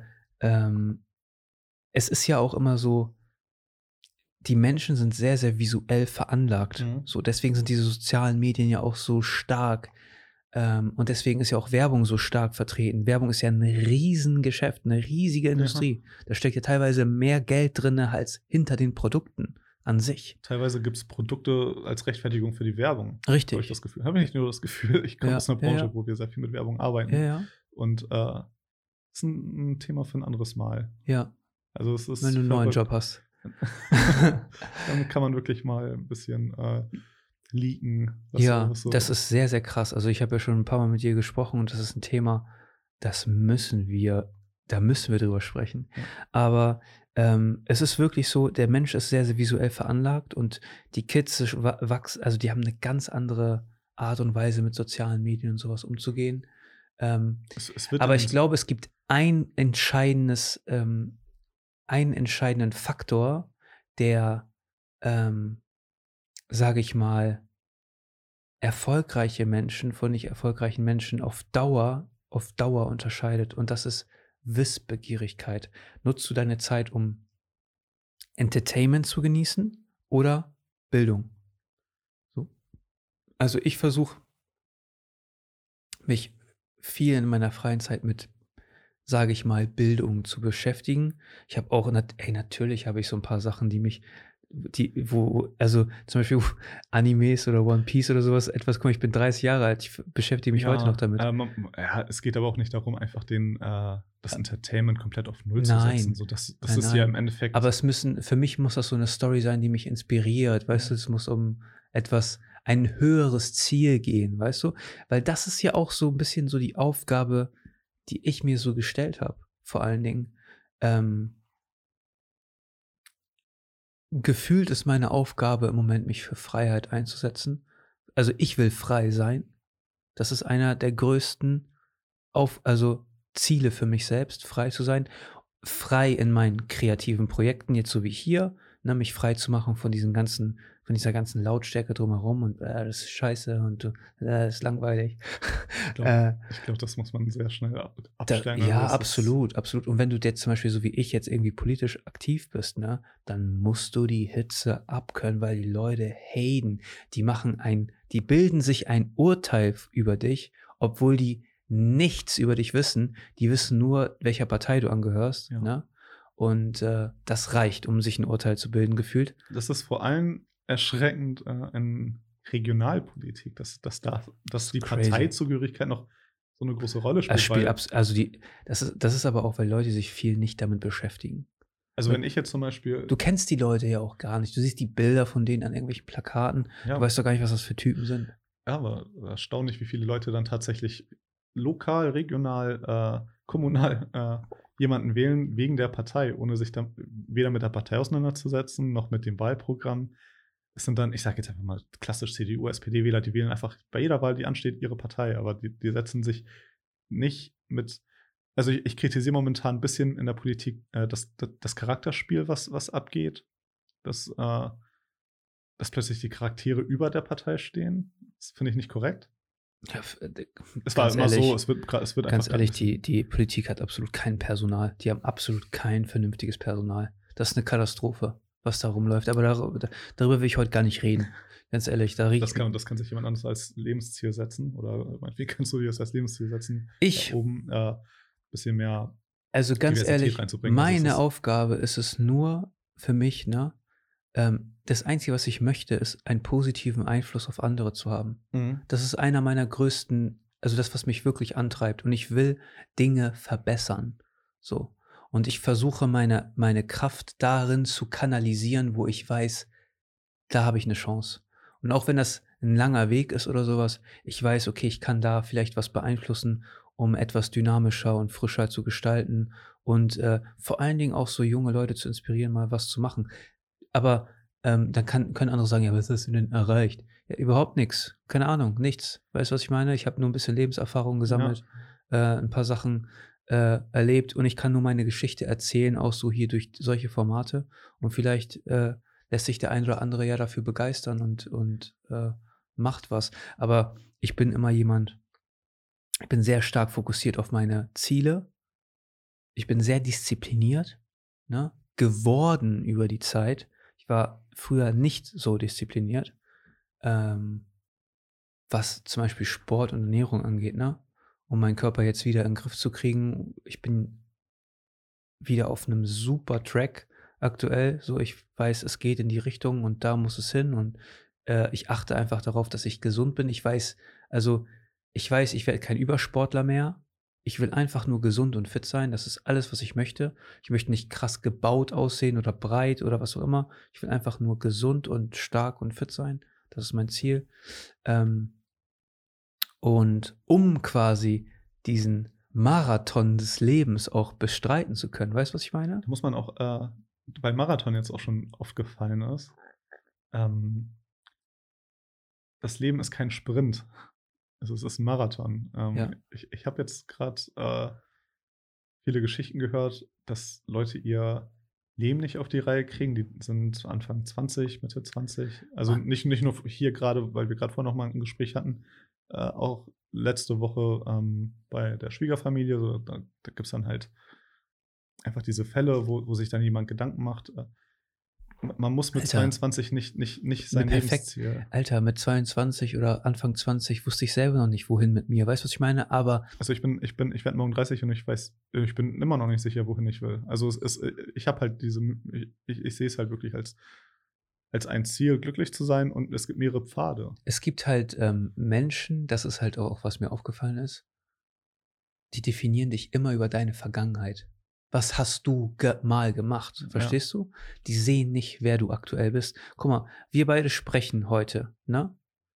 es ist ja auch immer so, die Menschen sind sehr, sehr visuell veranlagt. Mhm. So, deswegen sind diese sozialen Medien ja auch so stark. Und deswegen ist ja auch Werbung so stark vertreten. Werbung ist ja ein Riesengeschäft, eine riesige Industrie. Da steckt ja teilweise mehr Geld drin als hinter den Produkten an sich. Teilweise gibt es Produkte als Rechtfertigung für die Werbung. Richtig. Habe ich das Gefühl. Habe ich nicht nur das Gefühl, ich komme Ja, aus einer ja, Branche, ja. wo wir sehr viel mit Werbung arbeiten. Ja. Und das ist ein Thema für ein anderes Mal. Ja. Also es ist Wenn du einen neuen verrückt. Job hast. Damit kann man wirklich mal ein bisschen leaken. Ja, was so- das ist sehr, sehr krass. Also ich habe ja schon ein paar Mal mit dir gesprochen und das ist ein Thema, da müssen wir drüber sprechen. Ja. Aber es ist wirklich so, der Mensch ist sehr, sehr visuell veranlagt und die Kids wachsen, also die haben eine ganz andere Art und Weise, mit sozialen Medien und sowas umzugehen. Es wird Aber in- ich glaube, es gibt einen entscheidenden Faktor, der, sage ich mal, erfolgreiche Menschen von nicht erfolgreichen Menschen auf Dauer unterscheidet. Und das ist Wissbegierigkeit. Nutzt du deine Zeit, um Entertainment zu genießen oder Bildung? So. Also ich versuche mich viel in meiner freien Zeit mit, sage ich mal, Bildung zu beschäftigen. Ich habe auch, natürlich habe ich so ein paar Sachen, die mich also zum Beispiel Animes oder One Piece oder sowas, guck mal, ich bin 30 Jahre alt, ich beschäftige mich heute noch damit. Es geht aber auch nicht darum, einfach das Entertainment komplett auf Null zu Nein. setzen. So, das Nein, ist ja nein. im Endeffekt. Aber für mich muss das so eine Story sein, die mich inspiriert, weißt du, es muss um ein höheres Ziel gehen, weißt du? Weil das ist ja auch so ein bisschen so die Aufgabe, die ich mir so gestellt habe, vor allen Dingen. Gefühlt ist meine Aufgabe im Moment, mich für Freiheit einzusetzen. Also ich will frei sein. Das ist einer der größten also Ziele für mich selbst, frei zu sein. Frei in meinen kreativen Projekten, jetzt so wie hier, ne, mich frei zu machen von dieser ganzen Lautstärke drumherum und das ist scheiße und das ist langweilig. Ich glaube, das muss man sehr schnell abstellen. Ja, absolut. Und wenn du jetzt zum Beispiel so wie ich jetzt irgendwie politisch aktiv bist, ne, dann musst du die Hitze abkönnen, weil die Leute haten. Die bilden sich ein Urteil über dich, obwohl die nichts über dich wissen. Die wissen nur, welcher Partei du angehörst. Ja. Ne? Und das reicht, um sich ein Urteil zu bilden, gefühlt. Das ist vor allem erschreckend in Regionalpolitik, dass die Parteizugehörigkeit noch so eine große Rolle spielt. Das ist aber auch, weil Leute sich viel nicht damit beschäftigen. Also wenn ich jetzt zum Beispiel... Du kennst die Leute ja auch gar nicht. Du siehst die Bilder von denen an irgendwelchen Plakaten. Ja. Du weißt doch gar nicht, was das für Typen sind. Ja, aber erstaunlich, wie viele Leute dann tatsächlich lokal, regional, kommunal jemanden wählen wegen der Partei, ohne sich dann weder mit der Partei auseinanderzusetzen, noch mit dem Wahlprogramm. Es sind dann, ich sage jetzt einfach mal klassisch CDU, SPD-Wähler, die wählen einfach bei jeder Wahl, die ansteht, ihre Partei, aber die setzen sich nicht mit. Also ich kritisiere momentan ein bisschen in der Politik das Charakterspiel, was abgeht, dass plötzlich die Charaktere über der Partei stehen. Das finde ich nicht korrekt. Ja, es war immer so, es wird ganz ehrlich, die Politik hat absolut kein Personal. Die haben absolut kein vernünftiges Personal. Das ist eine Katastrophe, was da rumläuft. Aber darüber will ich heute gar nicht reden. Ganz ehrlich, das kann sich jemand anderes als Lebensziel setzen. Oder wie kannst du dir das als Lebensziel setzen? Oben bisschen mehr. Also ganz ehrlich, meine Aufgabe ist es nur für mich, ne? Das Einzige, was ich möchte, ist, einen positiven Einfluss auf andere zu haben. Mhm. Das ist einer meiner größten, also das, was mich wirklich antreibt. Und ich will Dinge verbessern. So. Und ich versuche, meine Kraft darin zu kanalisieren, wo ich weiß, da habe ich eine Chance. Und auch wenn das ein langer Weg ist oder sowas, ich weiß, okay, ich kann da vielleicht was beeinflussen, um etwas dynamischer und frischer zu gestalten und vor allen Dingen auch so junge Leute zu inspirieren, mal was zu machen. Aber dann können andere sagen, ja, was hast du denn erreicht? Ja, überhaupt nichts. Keine Ahnung, nichts. Weißt du, was ich meine? Ich habe nur ein bisschen Lebenserfahrung gesammelt, ein paar Sachen erlebt und ich kann nur meine Geschichte erzählen, auch so hier durch solche Formate. Und vielleicht lässt sich der ein oder andere ja dafür begeistern und macht was. Aber ich bin immer ich bin sehr stark fokussiert auf meine Ziele. Ich bin sehr diszipliniert, ne? Geworden über die Zeit. Ich war früher nicht so diszipliniert, was zum Beispiel Sport und Ernährung angeht, ne? Um meinen Körper jetzt wieder in den Griff zu kriegen. Ich bin wieder auf einem super Track aktuell. So, ich weiß, es geht in die Richtung und da muss es hin. Und ich achte einfach darauf, dass ich gesund bin. Ich weiß, ich werde kein Übersportler mehr. Ich will einfach nur gesund und fit sein. Das ist alles, was ich möchte. Ich möchte nicht krass gebaut aussehen oder breit oder was auch immer. Ich will einfach nur gesund und stark und fit sein. Das ist mein Ziel. Und um quasi diesen Marathon des Lebens auch bestreiten zu können. Weißt du, was ich meine? Da muss man auch, weil Marathon jetzt auch schon oft gefallen ist, das Leben ist kein Sprint. Also es ist ein Marathon. Ich habe jetzt gerade viele Geschichten gehört, dass Leute ihr Leben nicht auf die Reihe kriegen. Die sind Anfang 20, Mitte 20. Also nicht nur hier gerade, weil wir gerade vorhin noch mal ein Gespräch hatten, auch letzte Woche bei der Schwiegerfamilie. So, da gibt es dann halt einfach diese Fälle, wo sich dann jemand Gedanken macht. Man muss mit 22 nicht sein Lebensziel. Alter, mit 22 oder Anfang 20 wusste ich selber noch nicht, wohin mit mir. Weißt du, was ich meine? Aber also ich werde morgen 30 und ich bin immer noch nicht sicher, wohin ich will. Also ich habe halt ich sehe es halt wirklich als als ein Ziel, glücklich zu sein, und es gibt mehrere Pfade. Es gibt halt Menschen, das ist halt auch, was mir aufgefallen ist, die definieren dich immer über deine Vergangenheit. Was hast du mal gemacht? Verstehst du? Die sehen nicht, wer du aktuell bist. Guck mal, wir beide sprechen heute, ne?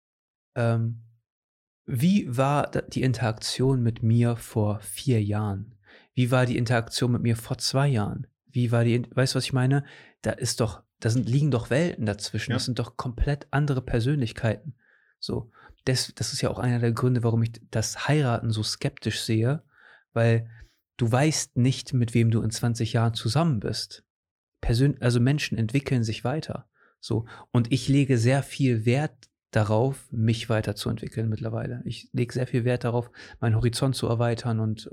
Wie war die Interaktion mit mir vor 4 Jahren? Wie war die Interaktion mit mir vor 2 Jahren? Wie war weißt du, was ich meine? Liegen doch Welten dazwischen. Ja. Das sind doch komplett andere Persönlichkeiten. So, das ist ja auch einer der Gründe, warum ich das Heiraten so skeptisch sehe, weil du weißt nicht, mit wem du in 20 Jahren zusammen bist. Also Menschen entwickeln sich weiter. So, und ich lege sehr viel Wert darauf, mich weiterzuentwickeln mittlerweile. Ich lege sehr viel Wert darauf, meinen Horizont zu erweitern und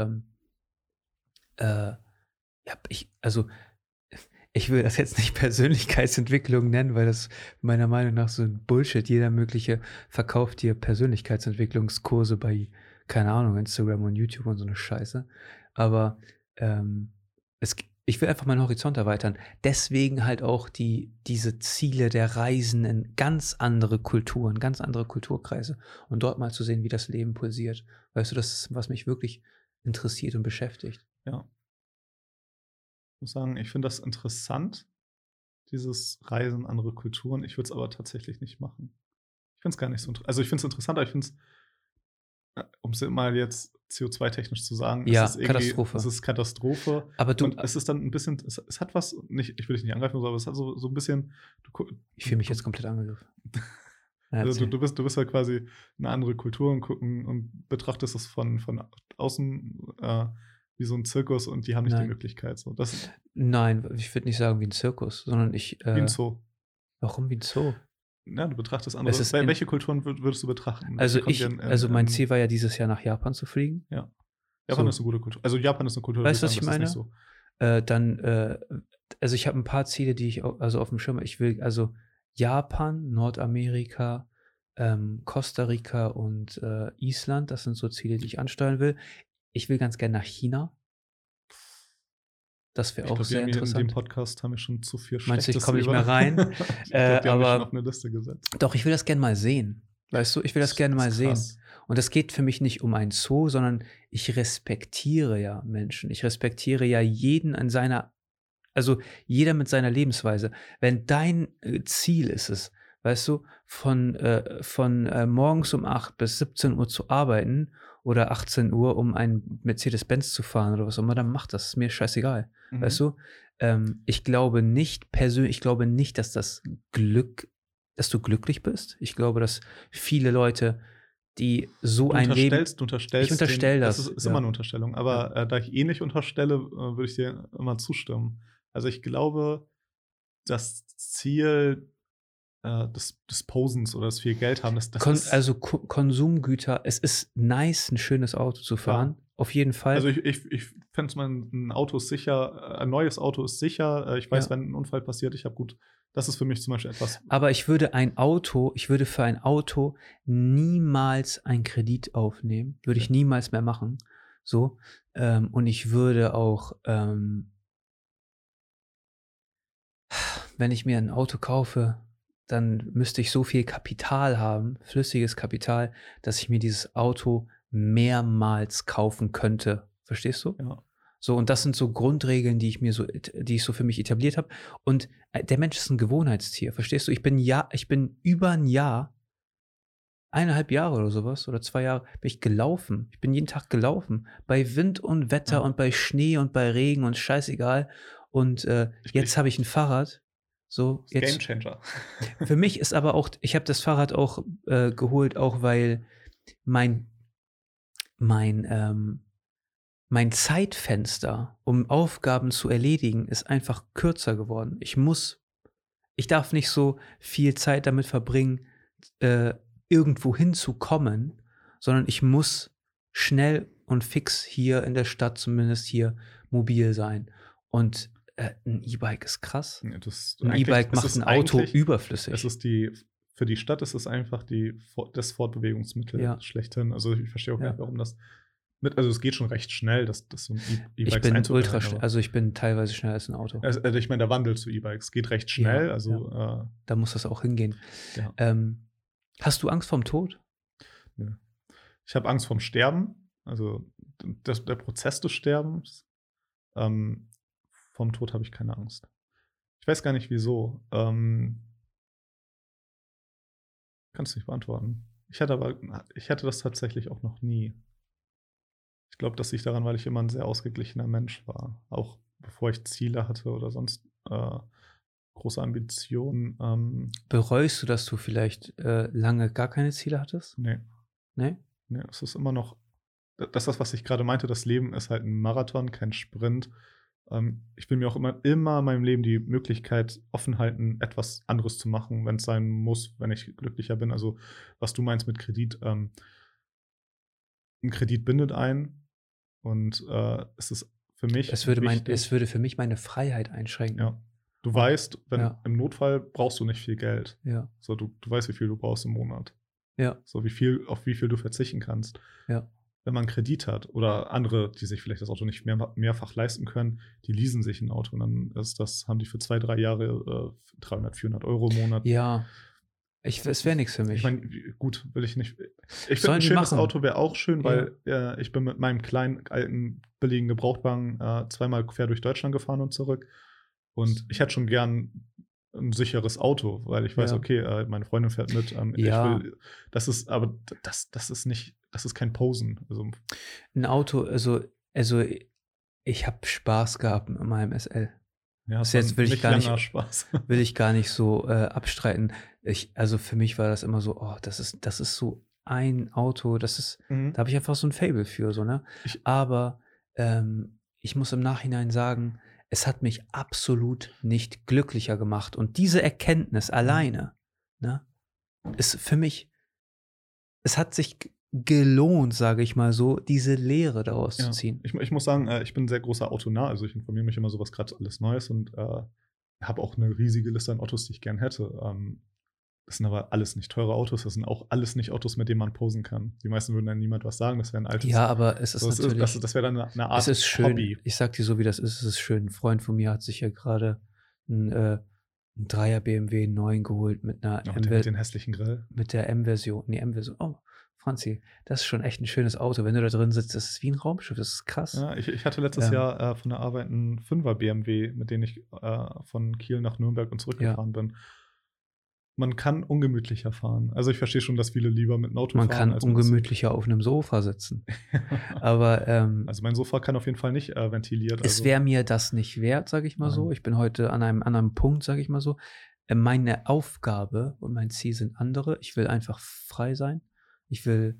ich will das jetzt nicht Persönlichkeitsentwicklung nennen, weil das meiner Meinung nach so ein Bullshit. Jeder mögliche verkauft dir Persönlichkeitsentwicklungskurse bei, keine Ahnung, Instagram und YouTube und so eine Scheiße. Aber ich will einfach meinen Horizont erweitern. Deswegen halt auch diese Ziele der Reisen in ganz andere Kulturen, ganz andere Kulturkreise und dort mal zu sehen, wie das Leben pulsiert. Weißt du, das ist, was mich wirklich interessiert und beschäftigt. Ja. Ich muss sagen, ich finde das interessant, dieses Reisen in andere Kulturen. Ich würde es aber tatsächlich nicht machen. Ich finde es gar nicht so interessant. Also ich finde es interessant, aber ich finde es, um es mal jetzt CO2-technisch zu sagen, Ja, es ist Katastrophe. Es ist Katastrophe. Aber und es ist dann ein bisschen, es hat was, nicht, ich will dich nicht angreifen, aber es hat so ein bisschen. Ich fühle mich jetzt komplett angegriffen. Also du bist ja quasi eine andere Kultur und betrachtest es von außen wie so ein Zirkus, und die haben nicht die Möglichkeit. So. Nein, ich würde nicht sagen wie ein Zirkus, sondern wie ein Zoo. Warum wie ein Zoo? Ja, du betrachtest andere. Welche Kulturen würdest du betrachten? Also mein Ziel war ja dieses Jahr nach Japan zu fliegen. Ja. Japan ist eine gute Kultur. Also Japan ist eine Kultur. Weißt du, was ich meine? So. Also ich habe ein paar Ziele, die ich auf dem Schirm habe. Ich will also Japan, Nordamerika, Costa Rica und Island. Das sind so Ziele, die ich ansteuern will. Ich will ganz gerne nach China. Das wäre auch sehr interessant. In dem Podcast haben wir schon zu viel Schlechtes. Meinst du, ich komme nicht mehr rein? Ich glaub, die haben wir schon auf eine Liste gesetzt. Doch, ich will das gerne mal sehen. Weißt du, ich will das gerne mal sehen. Und es geht für mich nicht um ein Zoo, sondern ich respektiere ja Menschen. Ich respektiere ja jeden also jeder mit seiner Lebensweise. Wenn dein Ziel ist es, weißt du, von morgens um 8 bis 17 Uhr zu arbeiten oder 18 Uhr, um einen Mercedes-Benz zu fahren oder was auch immer, dann mach das. Ist mir scheißegal. Mhm. Weißt du? Ich glaube nicht, dass dass du glücklich bist. Ich glaube, dass viele Leute, die so ein Leben... Du unterstellst. Ich unterstelle das. Das ist immer eine Unterstellung. Aber da ich nicht unterstelle, würde ich dir immer zustimmen. Also ich glaube, das Ziel des Posens oder das viel Geld haben, also Konsumgüter, es ist nice, ein schönes Auto zu fahren. Ja. Auf jeden Fall. Also ich fände es mal, ein Auto ist sicher, ein neues Auto ist sicher. Ich weiß, wenn ein Unfall passiert, das ist für mich zum Beispiel etwas. Aber ich würde für ein Auto niemals einen Kredit aufnehmen. Würde ich niemals mehr machen. So. Und ich würde auch, wenn ich mir ein Auto kaufe, dann müsste ich so viel Kapital haben, flüssiges Kapital, dass ich mir dieses Auto mehrmals kaufen könnte. Verstehst du? Ja. So, und das sind so Grundregeln, die ich so für mich etabliert habe. Und der Mensch ist ein Gewohnheitstier, verstehst du? Ich bin über ein Jahr, 1,5 Jahre oder sowas, oder 2 Jahre, bin ich gelaufen. Ich bin jeden Tag gelaufen. Bei Wind und Wetter und bei Schnee und bei Regen und scheißegal. Und jetzt habe ich ein Fahrrad. So, jetzt, Game Changer. Für mich ist aber auch, ich habe das Fahrrad auch geholt, auch weil mein Zeitfenster, um Aufgaben zu erledigen, ist einfach kürzer geworden. Ich darf nicht so viel Zeit damit verbringen, irgendwo hinzukommen, sondern ich muss schnell und fix hier in der Stadt, zumindest hier, mobil sein. Und ein E-Bike ist krass. Ja, ein E-Bike macht ein Auto überflüssig. Für die Stadt ist es einfach das Fortbewegungsmittel schlechthin. Also ich verstehe auch nicht, warum das Also es geht schon recht schnell, dass so ein Ich E-Bikes bin ultra schnell, einzuweihen. also ich bin teilweise schneller als ein Auto. Also ich meine, der Wandel zu E-Bikes geht recht Ja, schnell. Also Da muss das auch hingehen. ja. Hast du Angst vorm Tod? Nö. Ich habe Angst vorm Sterben, also der Prozess des Sterbens. Vom Tod habe ich keine Angst. Ich weiß gar nicht wieso. Kannst du nicht beantworten. Ich hatte das tatsächlich auch noch nie. Ich glaube, das liegt daran, weil ich immer ein sehr ausgeglichener Mensch war. Auch bevor ich Ziele hatte oder sonst große Ambitionen. Bereust du, dass du vielleicht lange gar keine Ziele hattest? Ne, Ne? ne, es ist immer noch das ist, was ich gerade meinte, das Leben ist halt ein Marathon, kein Sprint. Ich will mir auch immer in meinem Leben die Möglichkeit offen halten, etwas anderes zu machen, wenn es sein muss, wenn ich glücklicher bin. Also, was du meinst mit Kredit, 'n Kredit bindet einen und es ist für mich Es wichtig. würde für mich meine Freiheit einschränken. Ja. Du Und weißt, wenn ja, im Notfall brauchst du nicht viel Geld. ja, So, du weißt, wie viel du brauchst im Monat. ja, So, auf wie viel du verzichten kannst. ja. Wenn man 'n Kredit hat oder andere, die sich vielleicht das Auto nicht mehrfach leisten können, die leasen sich 'n Auto und dann haben die für 2, 3 Jahre 300, 400 € im Monat. Ja, es wäre nichts für Ich mich. meine, gut, will ich nicht. Ich finde, Sollen 'n die schönes machen. Auto wäre auch schön, Ja. weil ich bin mit meinem kleinen, alten, billigen Gebrauchtwagen zweimal quer durch Deutschland gefahren und zurück. Und ich hätte schon gern 'n sicheres Auto, weil ich weiß, Ja. okay, meine Freundin fährt mit. Ich Ja, will das ist nicht, das ist kein Posen. Also, 'n Auto, also ich habe Spaß gehabt mit meinem SL. ja, Das es war jetzt 'n nicht langer Spaß. will ich gar nicht so abstreiten. Also für mich war das immer so: „Oh, das ist so ein Auto, Mhm. da habe ich einfach so 'n Faible für", so, ne? Ich Aber ich muss im Nachhinein sagen, es hat mich absolut nicht glücklicher gemacht. Und diese Erkenntnis Mhm. alleine, ne, ist für mich, es hat sich gelohnt, sage ich mal so, diese Lehre daraus zu Ja, ziehen. ich muss sagen, ich bin 'n sehr großer autonah. Also, ich informiere mich immer so, was grad alles neu ist und habe auch 'ne riesige Liste an Autos, die ich gern hätte. Das sind aber alles nicht teure Autos. Das sind auch alles nicht Autos, mit denen man posen kann. Die meisten würden dann niemand was sagen. Das wäre 'n altes, Ja, aber es ist natürlich, das wäre dann 'ne es Art ist schön. Hobby. Ich sage dir so, wie das ist, es ist schön. 'N Freund von mir hat sich ja grade 'n 'n 3er BMW 9 geholt mit 'ner Auch mit M-Ver den hässlichen Grill. mit der M-Version. Ne, M-Version. Oh, Franzi, das ist schon echt 'n schönes Auto. Wenn du da drin sitzt, das ist wie 'n Raumschiff, das ist krass. Ja, ich hatte letztes Ähm, Jahr von der Arbeit 'n 5er BMW, mit dem ich von Kiel nach Nürnberg und ja, zurückgefahren bin. Man kann ungemütlicher fahren. Also, ich verstehe schon, dass viele lieber mit 'm Auto man fahren kann als mit 'm Zug. ungemütlicher auf 'nem Sofa sitzen. Aber Also, mein Sofa kann auf jeden Fall nicht ventiliert, es also wäre mir das nicht wert, sage ich mal so. nein. Ich bin heute an einem anderen Punkt, sage ich mal so. Meine Aufgabe und mein Ziel sind andere. Ich will einfach frei sein. Ich will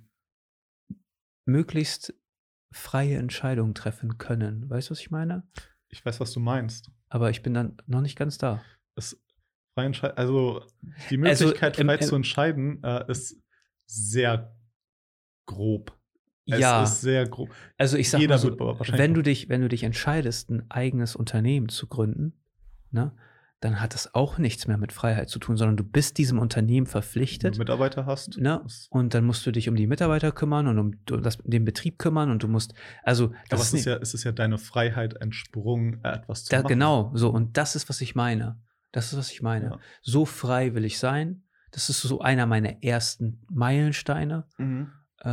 möglichst freie Entscheidungen treffen können. Weißt du, was ich meine? Ich weiß, was du meinst. Aber ich bin dann noch nicht ganz da. Es also, die Also, Möglichkeit, frei zu entscheiden ist sehr grob. Es ist ja, sehr grob. also ich sage mal Jeder so, wird wahrscheinlich noch. wenn du dich entscheidest, ein eigenes Unternehmen zu gründen, ne, dann hat das auch nichts mehr mit Freiheit zu tun, sondern du bist diesem Unternehmen Wenn du verpflichtet, Mitarbeiter hast, ne? ist Und dann musst du dich um die Mitarbeiter kümmern und den Betrieb kümmern und du musst, also, aber das ist nicht es ist ja deine Freiheit entsprungen, etwas zu da machen. genau, so, und das ist, was ich meine. Das ist, was ich meine. Ja. So frei will ich sein. Das ist so einer meiner ersten Meilensteine. Mhm.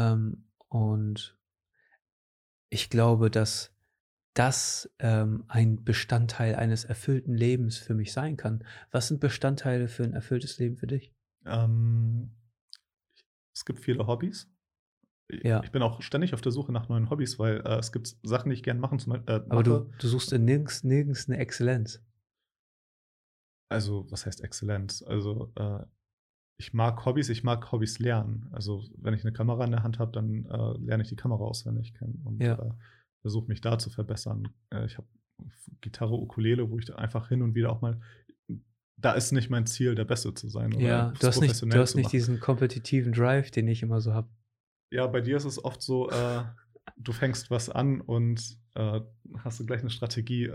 Und ich glaube, dass das ein Bestandteil eines erfüllten Lebens für mich sein kann. Was sind Bestandteile für ein erfülltes Leben für dich? Ähm, Es gibt viele Hobbys. Ja, Ich bin auch ständig auf der Suche nach neuen Hobbys, weil es gibt Sachen, die ich gerne aber mache. du suchst in nirgends eine Exzellenz. Also, was heißt Exzellenz? Also, ich mag Hobbys lernen. Also, wenn ich eine Kamera in der Hand habe, dann lerne ich die Kamera auswendig kennen und Ja, versuche mich da zu verbessern. Ich habe Gitarre, Ukulele, wo ich da einfach hin und wieder auch mal, da ist nicht mein Ziel, der Beste zu sein oder ja, es du professionell hast zu nicht machen. diesen kompetitiven Drive, den ich immer so habe. Ja, bei dir ist es oft so, du fängst was an und hast du gleich eine Strategie,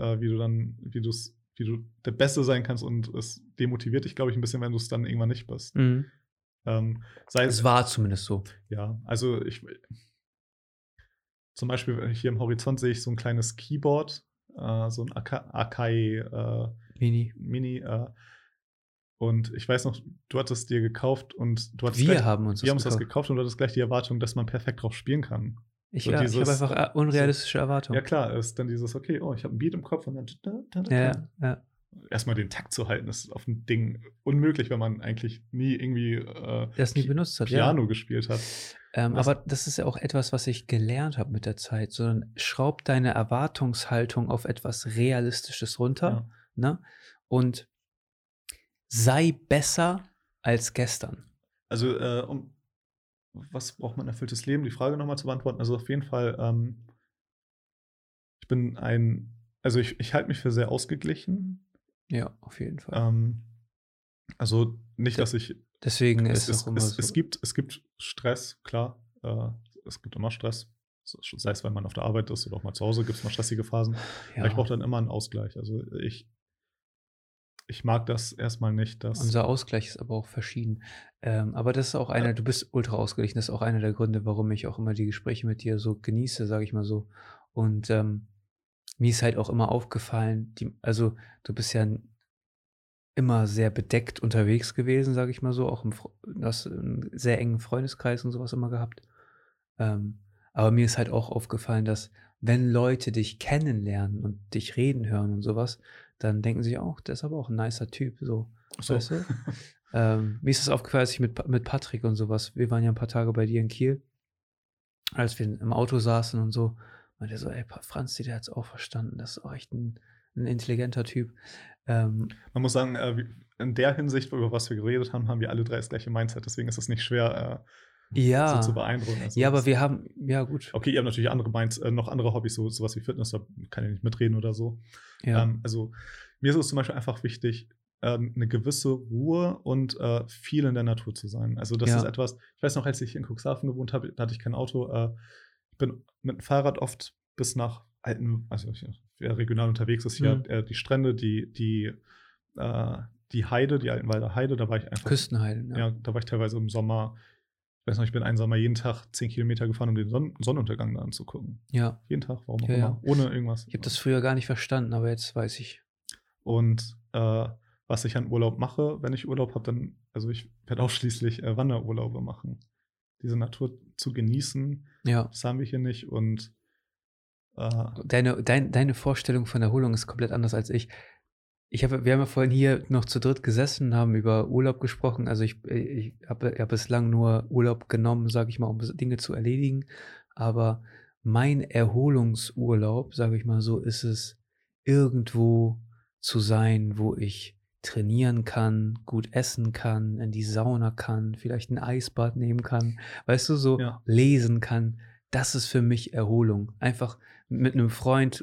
wie du der Beste sein kannst und es demotiviert dich, glaube ich, ein bisschen, wenn du es dann irgendwann nicht bist. Mhm. Sei Es war zumindest so. ja, also, zum Beispiel hier im Horizont sehe ich so ein kleines Keyboard, so ein Akai Mini. Mini. Und ich weiß noch, du hattest dir gekauft und du hattest Wir haben uns das das gekauft und du hattest gleich die Erwartung, dass man perfekt drauf spielen kann. Ich So habe dieses, einfach unrealistische Erwartungen. Ja klar, ist dann dieses, okay, oh, ich habe ein Beat im Kopf und dann Ja. erstmal den Takt zu halten, ist auf dem Ding unmöglich, wenn man eigentlich nie irgendwie Das nie benutzt hat, Piano gespielt hat. Aber das ist ja auch etwas, was ich gelernt habe mit der Zeit, sondern schraub deine Erwartungshaltung auf etwas Realistisches runter, ne? Und sei besser als gestern. Also, was braucht man erfülltes Leben? Die Frage nochmal zu beantworten. Also auf jeden Fall, ich halte mich für sehr ausgeglichen. Ja, auf jeden Fall. Also nicht, dass ich. Deswegen ist es auch immer so. Es gibt Stress, klar. Es gibt immer Stress. Sei es, wenn man auf der Arbeit ist oder auch mal zu Hause, gibt es mal stressige Phasen. Ja. Aber ich brauche dann immer einen Ausgleich. Also ich mag das erstmal nicht, dass. Unser Ausgleich ist aber auch verschieden. Aber das ist auch einer, du bist ultra ausgeglichen, das ist auch einer der Gründe, warum ich auch immer die Gespräche mit dir so genieße, sage ich mal so. Und mir ist halt auch immer aufgefallen, also du bist ja immer sehr bedeckt unterwegs gewesen, sage ich mal so, auch hast einen sehr engen Freundeskreis und sowas immer gehabt. Aber mir ist halt auch aufgefallen, dass wenn Leute dich kennenlernen und dich reden hören und sowas, dann denken sie auch, der ist aber auch ein nicer Typ, so. Weißt du? Mir ist das aufgefallen, als ich mit Patrick und sowas, wir waren ja ein paar Tage bei dir in Kiel, als wir im Auto saßen und so, meinte er so, ey, Franz, der hat es auch verstanden, das ist auch echt ein intelligenter Typ. Man muss sagen, in der Hinsicht, über was wir geredet haben, haben wir alle drei das gleiche Mindset, deswegen ist es nicht schwer, so zu beeindrucken. Also ja, aber wir haben, ja gut. Okay, ihr habt natürlich noch andere Hobbys, sowas wie Fitness, da kann ich nicht mitreden oder so. Ja. Also mir ist es zum Beispiel einfach wichtig, eine gewisse Ruhe und viel in der Natur zu sein. Also das ist etwas, ich weiß noch, als ich in Cuxhaven gewohnt habe, da hatte ich kein Auto. Ich bin mit dem Fahrrad oft bis nach wer regional unterwegs ist, hier die Strände, die Heide, die Altenwalder Heide, da war ich einfach. Küstenheide, ja. Da war ich teilweise im Sommer. Ich weiß noch, ich bin einen Sommer jeden Tag 10 Kilometer gefahren, um den Sonnenuntergang da anzugucken. Ja. Jeden Tag, warum auch immer. Ohne irgendwas. Ich habe das früher gar nicht verstanden, aber jetzt weiß ich. Und was ich an Urlaub mache, wenn ich Urlaub habe, ich werde ausschließlich Wanderurlaube machen. Diese Natur zu genießen, das haben wir hier nicht. Und deine Vorstellung von Erholung ist komplett anders als ich. Wir haben ja vorhin hier noch zu dritt gesessen, haben über Urlaub gesprochen. Also ich habe ja bislang nur Urlaub genommen, sage ich mal, um Dinge zu erledigen. Aber mein Erholungsurlaub, sage ich mal so, ist es, irgendwo zu sein, wo ich trainieren kann, gut essen kann, in die Sauna kann, vielleicht ein Eisbad nehmen kann, weißt du, so lesen kann. Das ist für mich Erholung. Einfach mit einem Freund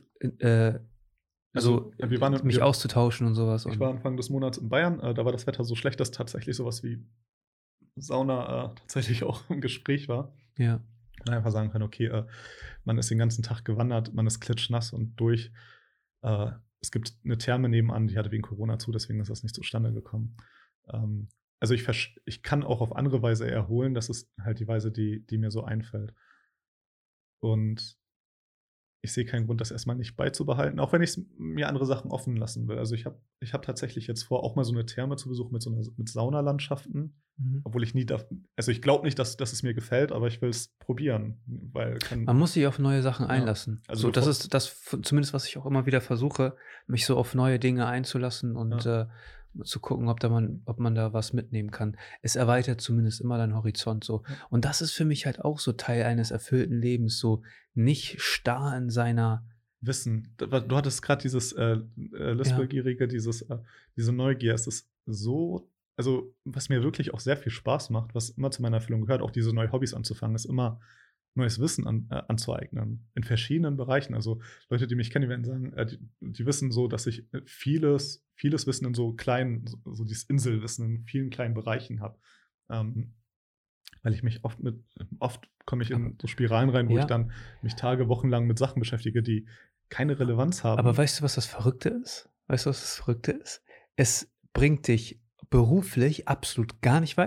mich auszutauschen und sowas. Ich war Anfang des Monats in Bayern, da war das Wetter so schlecht, dass tatsächlich sowas wie Sauna tatsächlich auch im Gespräch war. Ja. Und einfach sagen können, okay, man ist den ganzen Tag gewandert, man ist klitschnass und durch. Es gibt eine Therme nebenan, die hatte wegen Corona zu, deswegen ist das nicht zustande gekommen. Also ich kann auch auf andere Weise erholen, das ist halt die Weise, die mir so einfällt. Und ich sehe keinen Grund, das erstmal nicht beizubehalten, auch wenn ich mir andere Sachen offen lassen will. Also ich hab tatsächlich jetzt vor, auch mal so eine Therme zu besuchen mit Saunalandschaften, obwohl ich nie ich glaube nicht, dass es mir gefällt, aber ich will es probieren. Man muss sich auf neue Sachen einlassen. Also das ist das zumindest, was ich auch immer wieder versuche, mich so auf neue Dinge einzulassen und zu gucken, ob man da was mitnehmen kann. Es erweitert zumindest immer deinen Horizont so. Ja. Und das ist für mich halt auch so Teil eines erfüllten Lebens, so nicht starr in seiner Wissen. Du hattest gerade dieses Wissbegierige, diese Neugier. Es ist so, also was mir wirklich auch sehr viel Spaß macht, was immer zu meiner Erfüllung gehört, auch diese neuen Hobbys anzufangen, ist immer neues Wissen anzueignen. In verschiedenen Bereichen. Also Leute, die mich kennen, die werden sagen, die wissen so, dass ich vieles Wissen in so kleinen, so dieses Inselwissen in vielen kleinen Bereichen habe. Weil ich mich oft komme ich in so Spiralen rein, wo ich dann mich wochenlang mit Sachen beschäftige, die keine Relevanz haben. Aber weißt du, was das Verrückte ist? Es bringt dich beruflich absolut gar nicht weiter.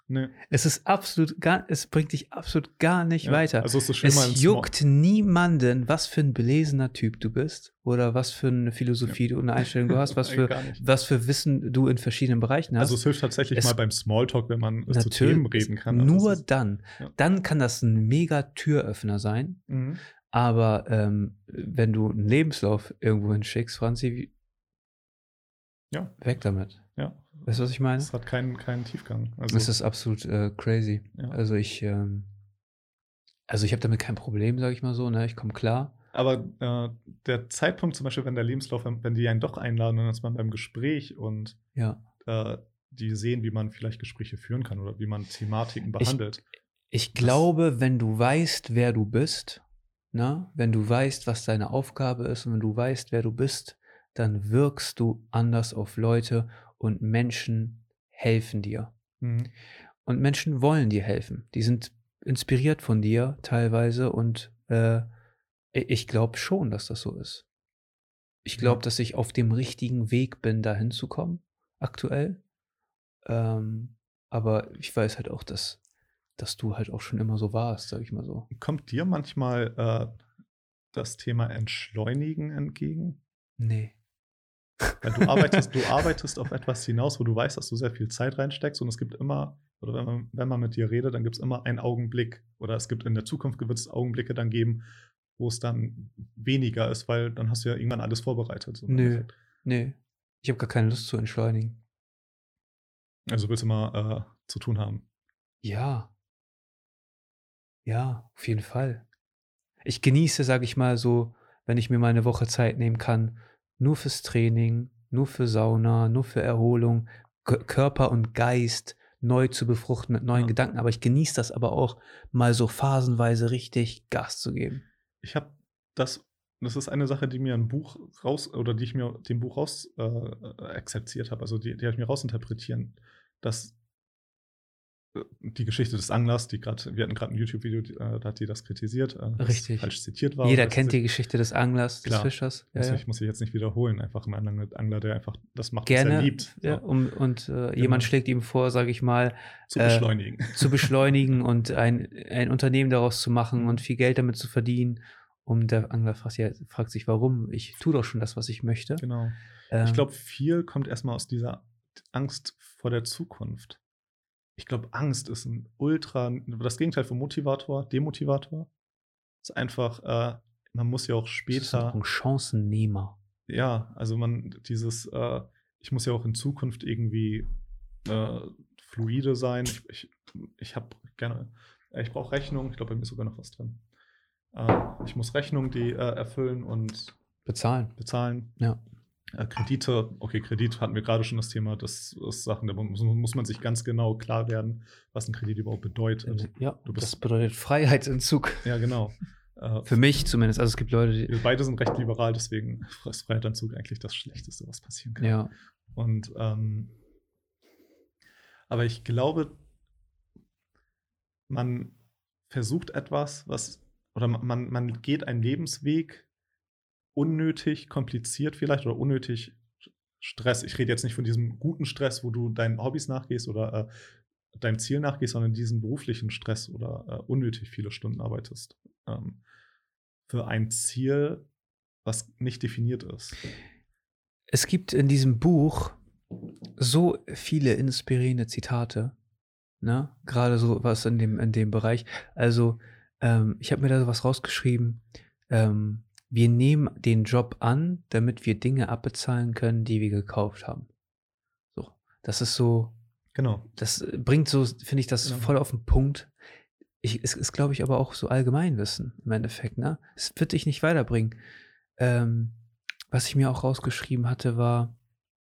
Ne. Es bringt dich absolut gar nicht Ja, weiter. also es ist schlimmer Es juckt niemanden, was für ein belesener Typ du bist oder was für eine Philosophie du und eine Einstellung du hast, Gar nicht. was für Wissen du in verschiedenen Bereichen hast. Also es hilft tatsächlich Es- mal beim Smalltalk, wenn man zu Natürlich, Themen reden kann. Also nur es ist, dann. ja. Dann kann das ein mega Türöffner sein. Mhm. Aber wenn du einen Lebenslauf irgendwo hinschickst, Franzi, Ja, weg damit. ja. Weißt du, was ich meine? Es hat keinen Tiefgang. Also, Das ist absolut crazy. Ja. Also ich habe damit kein Problem, sage ich mal so. Ne? Ich komme klar. aber der Zeitpunkt zum Beispiel, wenn der Lebenslauf, wenn die einen doch einladen und dann ist man beim Gespräch und Ja. die sehen, wie man vielleicht Gespräche führen kann oder wie man Thematiken behandelt. Ich glaube, wenn du weißt, wer du bist, ne? Wenn du weißt, was deine Aufgabe ist und wenn du weißt, wer du bist, dann wirkst du anders auf Leute und Menschen helfen dir. Mhm. Und Menschen wollen dir helfen. Die sind inspiriert von dir teilweise und ich glaube schon, dass das so ist. Ich glaube, Ja. dass ich auf dem richtigen Weg bin, da hinzukommen, aktuell. Aber ich weiß halt auch, dass du halt auch schon immer so warst, sag ich mal so. Kommt dir manchmal das Thema Entschleunigen entgegen? Nee. Weil du arbeitest auf etwas hinaus, wo du weißt, dass du sehr viel Zeit reinsteckst und es gibt immer, oder wenn man mit dir redet, dann gibt es immer einen Augenblick oder es gibt in der Zukunft wird es Augenblicke dann geben, wo es dann weniger ist, weil dann hast du ja irgendwann alles vorbereitet. So im Nö. Endeffekt. Nee. Ich habe gar keine Lust zu entschleunigen. Also willst du immer zu tun haben. Ja. Ja, auf jeden Fall. Ich genieße, sage ich mal so, wenn ich mir mal eine Woche Zeit nehmen kann, nur fürs Training, nur für Sauna, nur für Erholung, Körper und Geist neu zu befruchten mit neuen Ja. Gedanken. Aber ich genieße das aber auch, mal so phasenweise richtig Gas zu geben. Ich habe das ist eine Sache, die mir ein Buch die ich mir dem Buch raus exerziert habe, also die habe ich mir rausinterpretieren, dass die Geschichte des Anglers, wir hatten gerade ein YouTube-Video, da hat die das kritisiert, dass Richtig. falsch zitiert war. Jeder oder kennt dass die Geschichte des Anglers, des Klar. Fischers. Ja, Ich muss sie jetzt nicht wiederholen, einfach ein Angler, der einfach das macht, was gerne. er liebt. Ja, So, jemand schlägt ihm vor, sage ich mal, zu beschleunigen. zu beschleunigen und ein Unternehmen daraus zu machen und viel Geld damit zu verdienen. Und der Angler fragt sich, warum? Ich tue doch schon das, was ich möchte. Genau. Ich glaube, viel kommt erstmal aus dieser Angst vor der Zukunft. Ich glaube, Angst ist das Gegenteil vom Motivator, Demotivator. Ist einfach, man muss ja auch Das ist später. ein Chancennehmer. Ja, also ich muss ja auch in Zukunft irgendwie fluide sein. Ich brauche Rechnung, ich glaube, bei mir ist sogar noch was drin. Ich muss Rechnungen, die erfüllen und Bezahlen. Ja. Kredite, okay, Kredit hatten wir gerade schon das Thema, das ist Sachen, da muss man sich ganz genau klar werden, was ein Kredit überhaupt bedeutet. Ja, das bedeutet Freiheitsentzug. Ja, genau. Für mich zumindest. Also es gibt Leute, die. Wir beide sind recht liberal, deswegen ist Freiheitsentzug eigentlich das Schlechteste, was passieren kann. Ja. Und aber ich glaube, man versucht etwas, oder man geht einen Lebensweg unnötig kompliziert vielleicht oder unnötig Stress. Ich rede jetzt nicht von diesem guten Stress, wo du deinen Hobbys nachgehst oder deinem Ziel nachgehst, sondern diesen beruflichen Stress oder unnötig viele Stunden arbeitest. Für ein Ziel, was nicht definiert ist. Es gibt in diesem Buch so viele inspirierende Zitate, ne? Gerade so was in dem Bereich. Also, ich habe mir da was rausgeschrieben. Wir nehmen den Job an, damit wir Dinge abbezahlen können, die wir gekauft haben. So, das ist so. Genau. Das bringt so, finde ich, das Genau. voll auf den Punkt. Es ist, glaube ich, aber auch so Allgemeinwissen im Endeffekt, ne? Es wird dich nicht weiterbringen. Was ich mir auch rausgeschrieben hatte, war,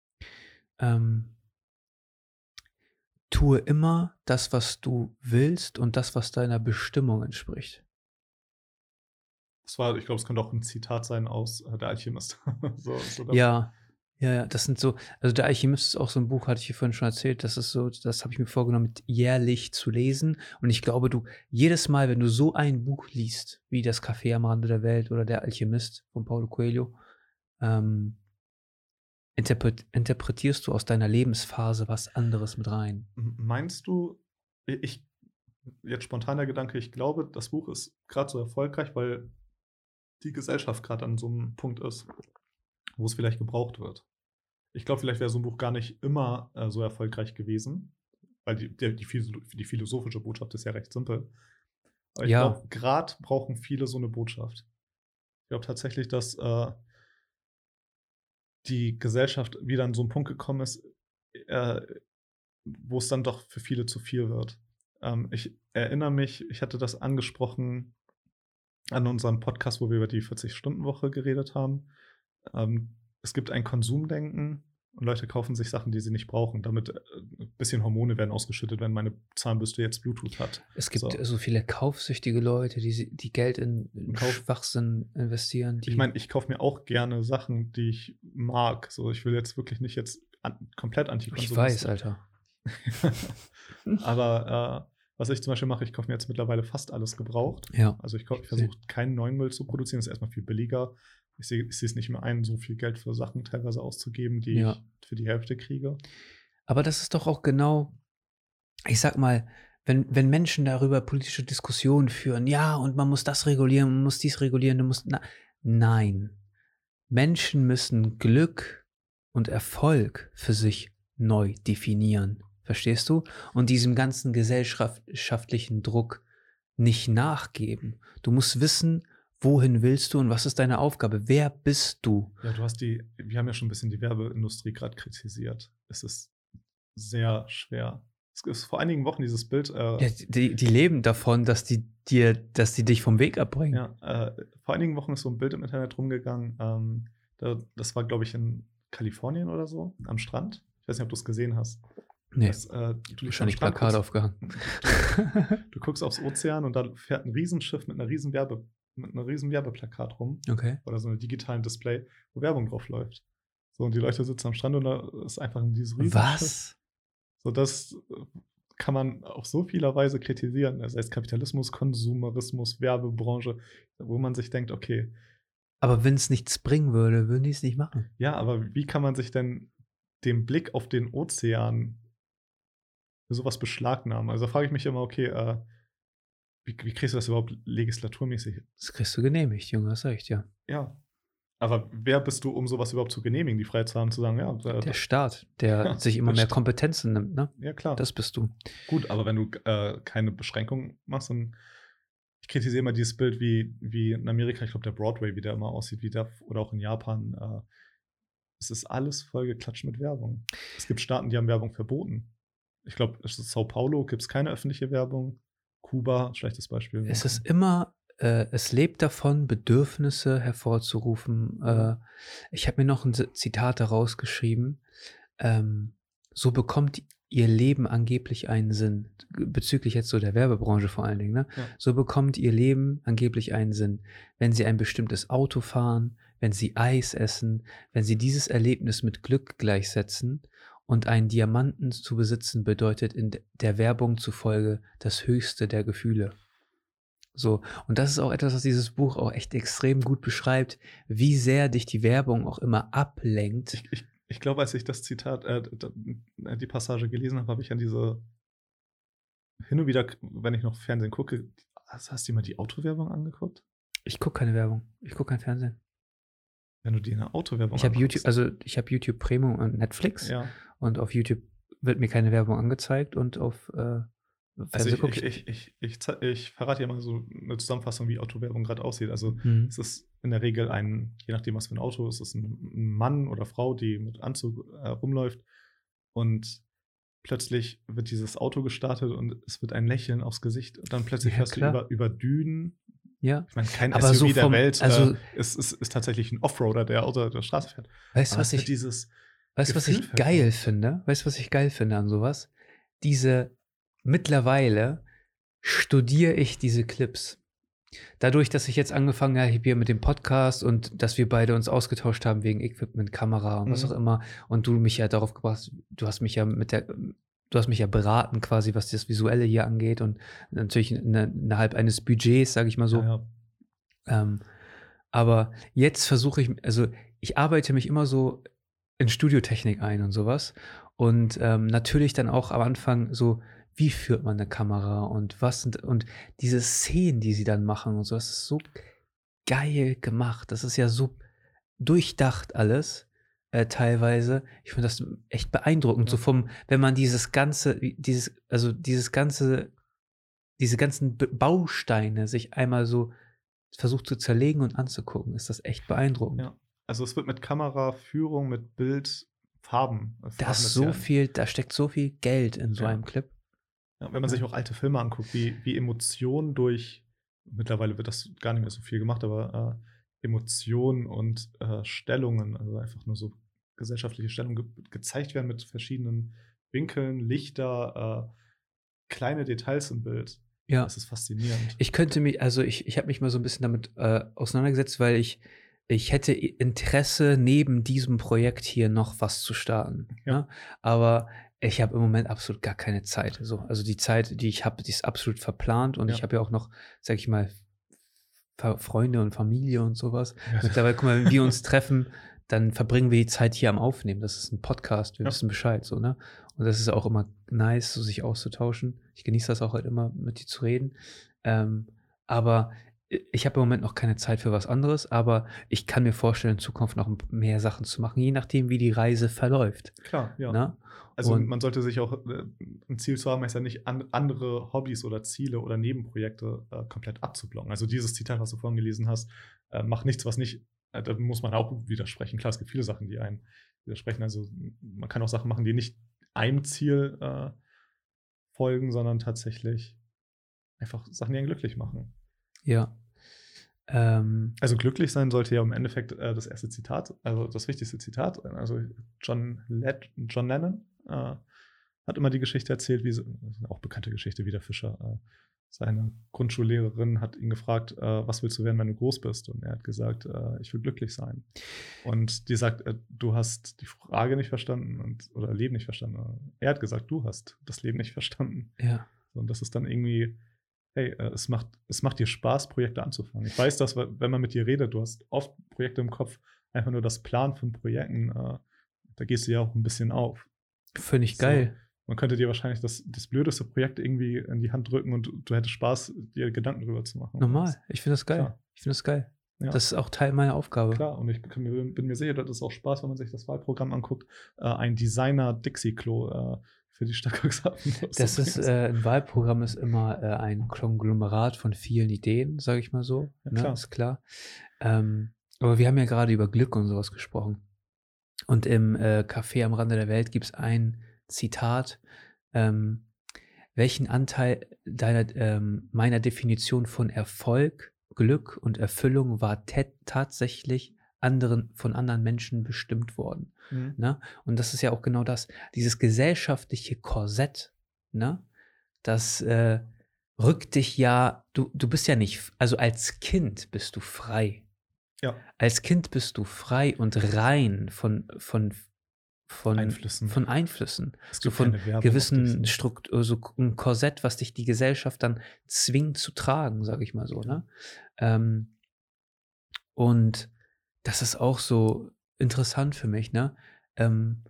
tue immer das, was du willst und das, was deiner Bestimmung entspricht. Ich glaube, es könnte auch ein Zitat sein aus Der Alchemist. Ja, das sind so, also Der Alchemist ist auch so ein Buch, hatte ich hier vorhin schon erzählt, das ist so, das habe ich mir vorgenommen, jährlich zu lesen. Und ich glaube, jedes Mal, wenn du so ein Buch liest, wie Das Café am Rande der Welt oder Der Alchemist von Paulo Coelho, interpretierst du aus deiner Lebensphase was anderes mit rein. Meinst du, jetzt spontaner Gedanke, ich glaube, das Buch ist gerade so erfolgreich, weil die Gesellschaft gerade an so einem Punkt ist, wo es vielleicht gebraucht wird. Ich glaube, vielleicht wäre so ein Buch gar nicht immer so erfolgreich gewesen, weil die philosophische Botschaft ist ja recht simpel. Aber ich Ja. glaube, gerade brauchen viele so eine Botschaft. Ich glaube tatsächlich, dass die Gesellschaft wieder an so einen Punkt gekommen ist, wo es dann doch für viele zu viel wird. Ich erinnere mich, ich hatte das angesprochen an unserem Podcast, wo wir über die 40-Stunden-Woche geredet haben. Es gibt ein Konsumdenken und Leute kaufen sich Sachen, die sie nicht brauchen, damit ein bisschen Hormone werden ausgeschüttet, wenn meine Zahnbürste jetzt Bluetooth hat. Es gibt so viele kaufsüchtige Leute, die Geld in Schwachsinn investieren. Ich meine, ich kaufe mir auch gerne Sachen, die ich mag. So, ich will jetzt wirklich nicht komplett Antikonsumist. Ich weiß, Alter. Aber was ich zum Beispiel mache, ich kaufe mir jetzt mittlerweile fast alles gebraucht. Ja. Also ich versuche keinen neuen Müll zu produzieren, das ist erstmal viel billiger. Ich sehe es nicht mehr ein, so viel Geld für Sachen teilweise auszugeben, die ich für die Hälfte kriege. Aber das ist doch auch genau, ich sag mal, wenn Menschen darüber politische Diskussionen führen, ja, und man muss das regulieren, man muss dies regulieren, nein. Menschen müssen Glück und Erfolg für sich neu definieren. Verstehst du? Und diesem ganzen gesellschaftlichen Druck nicht nachgeben. Du musst wissen, wohin willst du und was ist deine Aufgabe? Wer bist du? Ja, wir haben ja schon ein bisschen die Werbeindustrie gerade kritisiert. Es ist sehr schwer. Es ist vor einigen Wochen dieses Bild. Die leben davon, dass die dich vom Weg abbringen. Ja, vor einigen Wochen ist so ein Bild im Internet rumgegangen. Das war, glaube ich, in Kalifornien oder so, am Strand. Ich weiß nicht, ob du es gesehen hast. Nee, du wahrscheinlich Plakat aufgehangen. Du guckst aufs Ozean und da fährt ein Riesenschiff mit einer riesen Werbeplakat rum. Okay. Oder so einem digitalen Display, wo Werbung drauf läuft. So, und die Leute sitzen am Strand und da ist einfach dieses Riesenschiff. Was? So, das kann man auf so vieler Weise kritisieren. Das heißt Kapitalismus, Konsumerismus, Werbebranche, wo man sich denkt, okay. Aber wenn es nichts bringen würde, würden die es nicht machen. Ja, aber wie kann man sich denn den Blick auf den Ozean für sowas beschlagnahmen? Also da frage ich mich immer, okay, wie kriegst du das überhaupt legislaturmäßig? Das kriegst du genehmigt, Junge, das reicht, ja. Ja. Aber wer bist du, um sowas überhaupt zu genehmigen, die Freiheit zu haben, zu sagen, ja. Der Staat, der sich immer mehr Kompetenzen nimmt, ne? Ja, klar. Das bist du. Gut, aber wenn du keine Beschränkung machst, dann. Ich kritisiere immer dieses Bild, wie in Amerika, ich glaube, der Broadway, wie der immer aussieht, oder auch in Japan. Es ist alles vollgeklatscht mit Werbung. Es gibt Staaten, die haben Werbung verboten. Ich glaube, Sao Paulo gibt es keine öffentliche Werbung. Kuba, schlechtes Beispiel. Es ist immer, es lebt davon, Bedürfnisse hervorzurufen. Ich habe mir noch ein Zitat daraus geschrieben. So bekommt ihr Leben angeblich einen Sinn. Bezüglich jetzt so der Werbebranche vor allen Dingen. Ne? Ja. So bekommt ihr Leben angeblich einen Sinn. Wenn sie ein bestimmtes Auto fahren, wenn sie Eis essen, wenn sie dieses Erlebnis mit Glück gleichsetzen. Und einen Diamanten zu besitzen bedeutet in der Werbung zufolge das höchste der Gefühle. So, und das ist auch etwas, was dieses Buch auch echt extrem gut beschreibt, wie sehr dich die Werbung auch immer ablenkt. Ich glaube, als ich das Zitat, die Passage gelesen habe, habe ich an diese hin und wieder, wenn ich noch Fernsehen gucke, hast du dir mal die Autowerbung angeguckt? Ich gucke keine Werbung, ich gucke kein Fernsehen. Wenn du dir eine Autowerbung ich habe YouTube Premium und Netflix, ja. Und auf YouTube wird mir keine Werbung angezeigt und auf Fernsehen gucke ich verrate dir mal so eine Zusammenfassung, wie Autowerbung gerade aussieht. Also es ist in der Regel je nachdem, was für ein Auto ist, ein Mann oder Frau, die mit Anzug rumläuft und plötzlich wird dieses Auto gestartet und es wird ein Lächeln aufs Gesicht und dann plötzlich hörst du über Dünen. Ja. Ich meine, kein aber SUV so der Welt ist tatsächlich ein Offroader, der Auto der Straße fährt. Weißt du, was ich geil finde? Weißt du, was ich geil finde an sowas? Mittlerweile studiere ich diese Clips. Dadurch, dass ich jetzt angefangen habe hier mit dem Podcast und dass wir beide uns ausgetauscht haben wegen Equipment, Kamera und was auch immer und du mich ja darauf gebracht, du hast mich ja beraten quasi, was das Visuelle hier angeht und natürlich innerhalb eines Budgets, sage ich mal so. Ja. Aber jetzt versuche ich arbeite mich immer so in Studiotechnik ein und sowas und natürlich dann auch am Anfang so, wie führt man eine Kamera und und diese Szenen, die sie dann machen und so, das ist so geil gemacht. Das ist ja so durchdacht alles, teilweise. Ich finde das echt beeindruckend, so Ja. wenn man diese ganzen Bausteine sich einmal so versucht zu zerlegen und anzugucken, ist das echt beeindruckend. Ja. Also, es wird mit Kameraführung, mit Bild, Farben. Da steckt so viel Geld in so Ja. einem Clip. Ja, wenn man sich auch alte Filme anguckt, wie Emotionen durch mittlerweile wird das gar nicht mehr so viel gemacht, aber, Emotionen und, Stellungen, also einfach nur so gesellschaftliche Stellungen gezeigt werden mit verschiedenen Winkeln, Lichter, kleine Details im Bild. Ja. Das ist faszinierend. Ich habe mich mal so ein bisschen damit, auseinandergesetzt, weil ich hätte Interesse, neben diesem Projekt hier noch was zu starten, Ja. ne? Aber ich habe im Moment absolut gar keine Zeit. So, also die Zeit, die ich habe, die ist absolut verplant und Ja. ich habe ja auch noch, sage ich mal, Freunde und Familie und sowas. Ja. Mittlerweile, guck mal, wenn wir uns treffen, dann verbringen wir die Zeit hier am Aufnehmen. Das ist ein Podcast, wir Ja. wissen Bescheid, so, ne? Und das ist auch immer nice, so sich auszutauschen. Ich genieße das auch halt immer, mit dir zu reden. Aber ich habe im Moment noch keine Zeit für was anderes, aber ich kann mir vorstellen, in Zukunft noch mehr Sachen zu machen, je nachdem, wie die Reise verläuft, Klar, ja. ne? Also, Und man sollte sich auch 'n Ziel zu haben, heißt ja nicht, andere Hobbys oder Ziele oder Nebenprojekte, komplett abzublocken. Also, dieses Zitat, was du vorhin gelesen hast, mach nichts, was nicht da muss man auch widersprechen. Klar, es gibt viele Sachen, die einen widersprechen. Also, man kann auch Sachen machen, die nicht einem Ziel, folgen, sondern tatsächlich einfach Sachen, die einen glücklich machen. ja. Also, glücklich sein sollte ja im Endeffekt, das erste Zitat, also das wichtigste Zitat sein. Also, John Lennon, hat immer die Geschichte erzählt, wie auch bekannte Geschichte, wie der Fischer, seine Grundschullehrerin hat ihn gefragt, „Was willst du werden, wenn du groß bist?“ Und er hat gesagt, „Ich will glücklich sein.“ Und die sagt, „Du hast die Frage nicht verstanden oder Leben nicht verstanden.“ Er hat gesagt: „Du hast das Leben nicht verstanden.“ Ja. Und das ist dann irgendwie hey, es macht dir Spaß, Projekte anzufangen. Ich weiß, dass wenn man mit dir redet, du hast oft Projekte im Kopf, einfach nur das Planen von Projekten, da gehst du ja auch ein bisschen auf. Finde ich So, geil. man könnte dir wahrscheinlich das blödeste Projekt irgendwie in die Hand drücken und du hättest Spaß, dir Gedanken drüber zu machen. Normal. Ich finde das geil. Klar. Ich finde das geil. Ja. Das ist auch Teil meiner Aufgabe. Klar, und ich bin mir sicher, das ist auch Spaß, wenn man sich das Wahlprogramm anguckt, ein Designer-Dixie-Klo, für die Stadt Cuxhaven Das ist, rauszubringen. ein Wahlprogramm ist immer, ein Konglomerat von vielen Ideen, sage ich mal so, Ja, ne, klar. ist klar. Aber wir haben ja gerade über Glück und sowas gesprochen. Und im, Café am Rande der Welt gibt's ein Zitat, ähm: „Welchen Anteil meiner Definition von Erfolg, Glück und Erfüllung war tatsächlich von anderen Menschen bestimmt worden?“ Mhm. Ne? Und das ist ja auch genau das, dieses gesellschaftliche Korsett, ne? Das, rückt dich ja du bist ja nicht also als Kind bist du frei. Ja, Als Kind bist du frei und rein Einflüssen. von Einflüssen, Es so gibt von keine Werbung auf gewissen dich, so. so 'n Korsett, was dich die Gesellschaft dann zwingt zu tragen, sage ich mal so, ne? Ähm, und das ist auch so interessant für mich, ne? Ähm,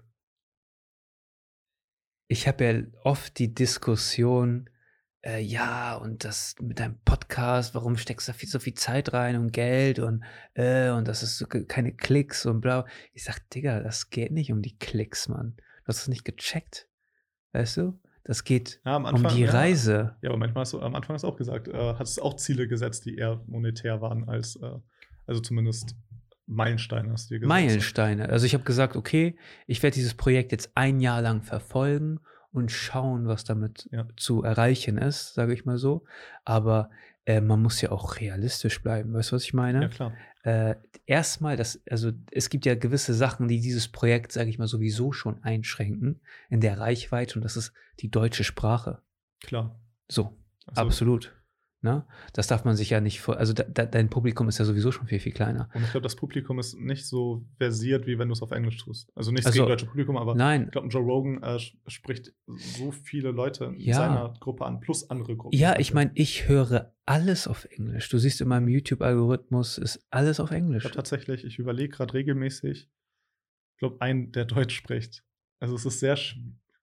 Ich habe ja oft die Diskussion, ja, und das mit deinem Podcast, warum steckst du da so viel Zeit rein und Geld und das ist so keine Klicks und bla. Ich sage: „Digga, das geht nicht um die Klicks, Mann. Du hast es nicht gecheckt, weißt du? Das geht Ja, am um Anfang, die ja. Reise.“ Ja, aber manchmal am Anfang hast du auch gesagt, hattest auch Ziele gesetzt, die eher monetär waren als, also zumindest Meilensteine hast du dir gesetzt. Meilensteine. Also, ich habe gesagt: „Okay, ich werde dieses Projekt jetzt ein Jahr lang verfolgen und schauen, was damit Ja. zu erreichen ist“, sage ich mal so. Aber, man muss ja auch realistisch bleiben. Weißt du, was ich Ja, meine? klar. Äh, es gibt ja gewisse Sachen, die dieses Projekt, sage ich mal, sowieso schon einschränken in der Reichweite und das ist die deutsche Sprache. Klar. So, Also, absolut, ne? Das darf man sich ja nicht vor also, dein Publikum ist ja sowieso schon viel, viel kleiner. und ich glaube, das Publikum ist nicht so versiert, wie wenn du es auf Englisch tust. Also, nichts gegen Also, deutsche Publikum, aber ich nein, glaube, 'n Joe Rogan, spricht so viele Leute in ja. seiner Gruppe an, plus andere Gruppen Ja, halt, ich meine, ich höre alles auf Englisch. Du siehst in meinem Mhm. YouTube-Algorithmus ist alles auf Ich Englisch. glaube tatsächlich, ich überlege grad regelmäßig, ich glaube, einen, der Deutsch spricht. Also, es ist sehr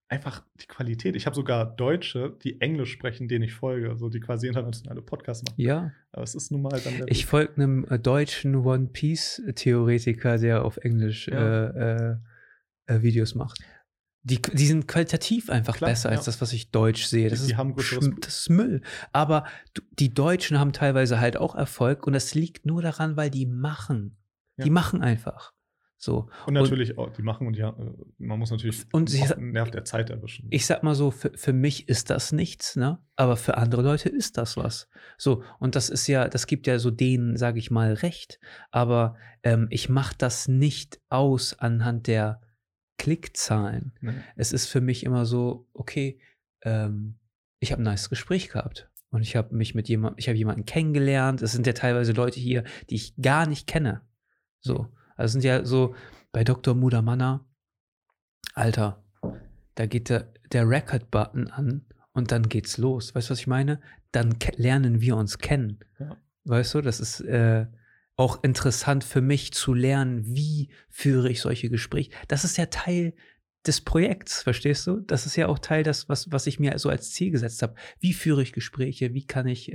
einfach die Qualität. Ich habe sogar Deutsche, die Englisch sprechen, denen ich folge, so die quasi internationale Podcasts machen. Ja. Aber es ist nun mal dann der Ich Weg. folge einem deutschen One-Piece-Theoretiker, der auf Englisch Ja. Videos macht. Die sind qualitativ einfach Klar, besser als ja. das, was ich deutsch sehe. Das, Die haben größeres das ist Müll. Aber die Deutschen haben teilweise halt auch Erfolg und das liegt nur daran, weil die machen. Ja. Die machen einfach. So. Und natürlich auch, die machen und man muss natürlich Und auch einen Nerv der Zeit erwischen. Ich sag mal so, für mich ist das nichts, ne? Aber für andere Leute ist das was. So, und das gibt ja so denen, sage ich mal, recht. Aber ich mache das nicht aus anhand der Klickzahlen. Nee. Es ist für mich immer so, okay, ich habe ein nice Gespräch gehabt. Und ich habe jemanden kennengelernt. Es sind ja teilweise Leute hier, die ich gar nicht kenne. So. Also es sind ja so bei Dr. Mudamanna, Alter, da geht der Record-Button an und dann geht's los. Weißt du, was ich meine? Dann lernen wir uns kennen. Ja. Weißt du, das ist auch interessant für mich zu lernen, wie führe ich solche Gespräche. Das ist ja Teil des Projekts, verstehst du? Das ist ja auch Teil des, was ich mir so als Ziel gesetzt habe. Wie führe ich Gespräche? Wie kann ich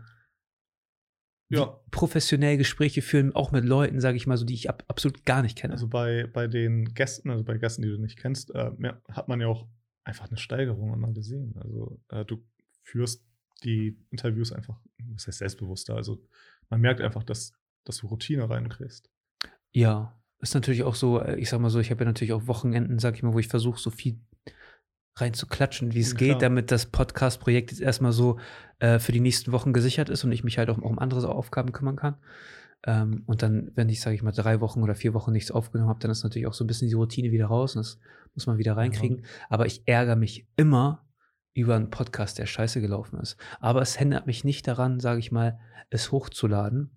professionell Gespräche führen, auch mit Leuten, sage ich mal so, die ich absolut gar nicht kenne. Also bei den Gästen, also bei Gästen, die du nicht kennst, hat man ja auch einfach eine Steigerung immer gesehen. Also du führst die Interviews einfach, das heißt selbstbewusster. Also man merkt einfach, dass du Routine reinkriegst. Ja, ist natürlich auch so, ich sag mal so, ich habe ja natürlich auch Wochenenden, sag ich mal, wo ich versuche, so viel reinzuklatschen, wie es geht, damit das Podcast-Projekt jetzt erstmal so für die nächsten Wochen gesichert ist und ich mich halt auch um andere Aufgaben kümmern kann. Und dann, wenn ich, sage ich mal, 3 Wochen oder 4 Wochen nichts aufgenommen habe, dann ist natürlich auch so ein bisschen die Routine wieder raus und das muss man wieder reinkriegen. Ja. Aber ich ärgere mich immer über einen Podcast, der scheiße gelaufen ist. Aber es hindert mich nicht daran, sage ich mal, es hochzuladen.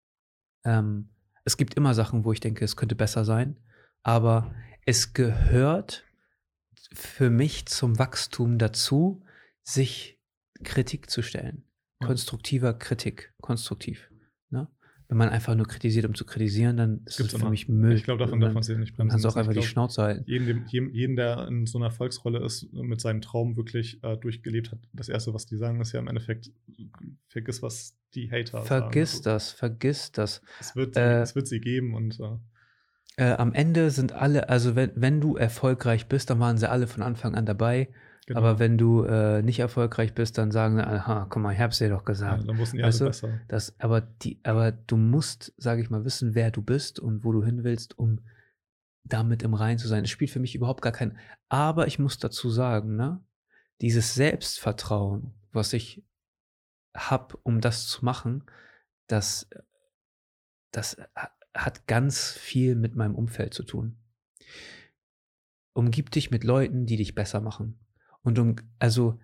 Es gibt immer Sachen, wo ich denke, es könnte besser sein. Aber es gehört für mich zum Wachstum dazu, sich Kritik zu stellen. Konstruktiver Kritik. Konstruktiv. Ne? Wenn man einfach nur kritisiert, um zu kritisieren, dann ist es für mich Müll. Ich glaube, davon darf man sich nicht bremsen. Man kann auch einfach die Schnauze halten. Jeden, der in so einer Erfolgsrolle ist, mit seinem Traum wirklich durchgelebt hat, das Erste, was die sagen, ist ja im Endeffekt, vergiss, was die Hater sagen. Vergiss das. Es wird sie geben und am Ende sind alle, also wenn du erfolgreich bist, dann waren sie alle von Anfang an dabei. Genau. Aber wenn du nicht erfolgreich bist, dann sagen sie, aha, guck mal, ich hab's dir doch gesagt. Ja, dann wussten die alle besser. Aber du musst, sage ich mal, wissen, wer du bist und wo du hin willst, um damit im Reinen zu sein. Es spielt für mich überhaupt gar keinen. Aber ich muss dazu sagen, ne, dieses Selbstvertrauen, was ich habe, um das zu machen, das hat ganz viel mit meinem Umfeld zu tun. Umgib dich mit Leuten, die dich besser machen. Und also,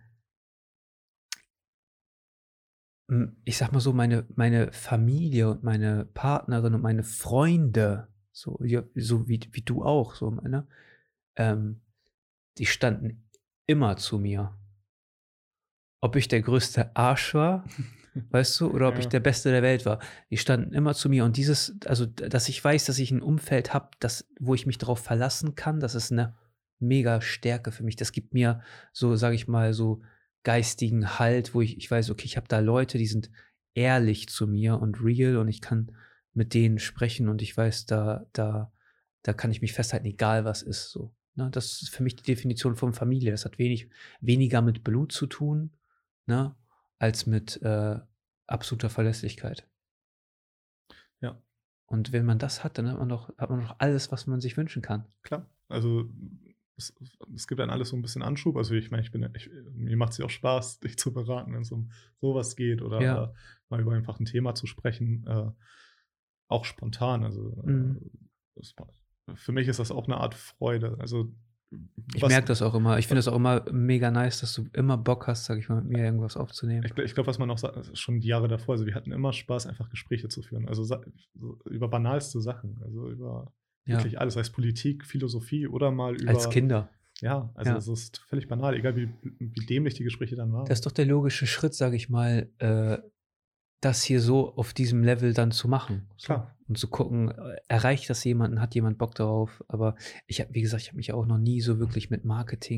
ich sag mal so, meine Familie und meine Partnerin und meine Freunde, so wie du auch, so meine, die standen immer zu mir. Ob ich der größte Arsch war, weißt du, oder ob ich der Beste der Welt war. Die standen immer zu mir und dass ich weiß, dass ich ein Umfeld habe, wo ich mich darauf verlassen kann, das ist eine mega Stärke für mich. Das gibt mir so, sage ich mal, so geistigen Halt, wo ich weiß, okay, ich habe da Leute, die sind ehrlich zu mir und real und ich kann mit denen sprechen und ich weiß, da kann ich mich festhalten, egal was ist, so. Ne? Das ist für mich die Definition von Familie. Das hat weniger mit Blut zu tun, ne, als mit absoluter Verlässlichkeit. Ja. Und wenn man das hat, dann hat man doch alles, was man sich wünschen kann. Klar, also es gibt dann alles so ein bisschen Anschub. Also ich meine, mir macht es ja auch Spaß, dich zu beraten, wenn es um sowas geht oder mal über einfach ein Thema zu sprechen, auch spontan. Also für mich ist das auch eine Art Freude. Also ich merke das auch immer. Ich finde das auch immer mega nice, dass du immer Bock hast, sag ich mal, mit mir irgendwas aufzunehmen. Ich glaube, was man auch sagt, schon die Jahre davor, also wir hatten immer Spaß, einfach Gespräche zu führen. Also über banalste Sachen, also über wirklich alles, sei es Politik, Philosophie oder mal über... Als Kinder. Ja, also es ist völlig banal, egal wie dämlich die Gespräche dann waren. Das ist doch der logische Schritt, sag ich mal, das hier so auf diesem Level dann zu machen. Klar. Und zu gucken, erreicht das jemanden, hat jemand Bock darauf? Aber wie gesagt, ich habe mich auch noch nie so wirklich mit Marketing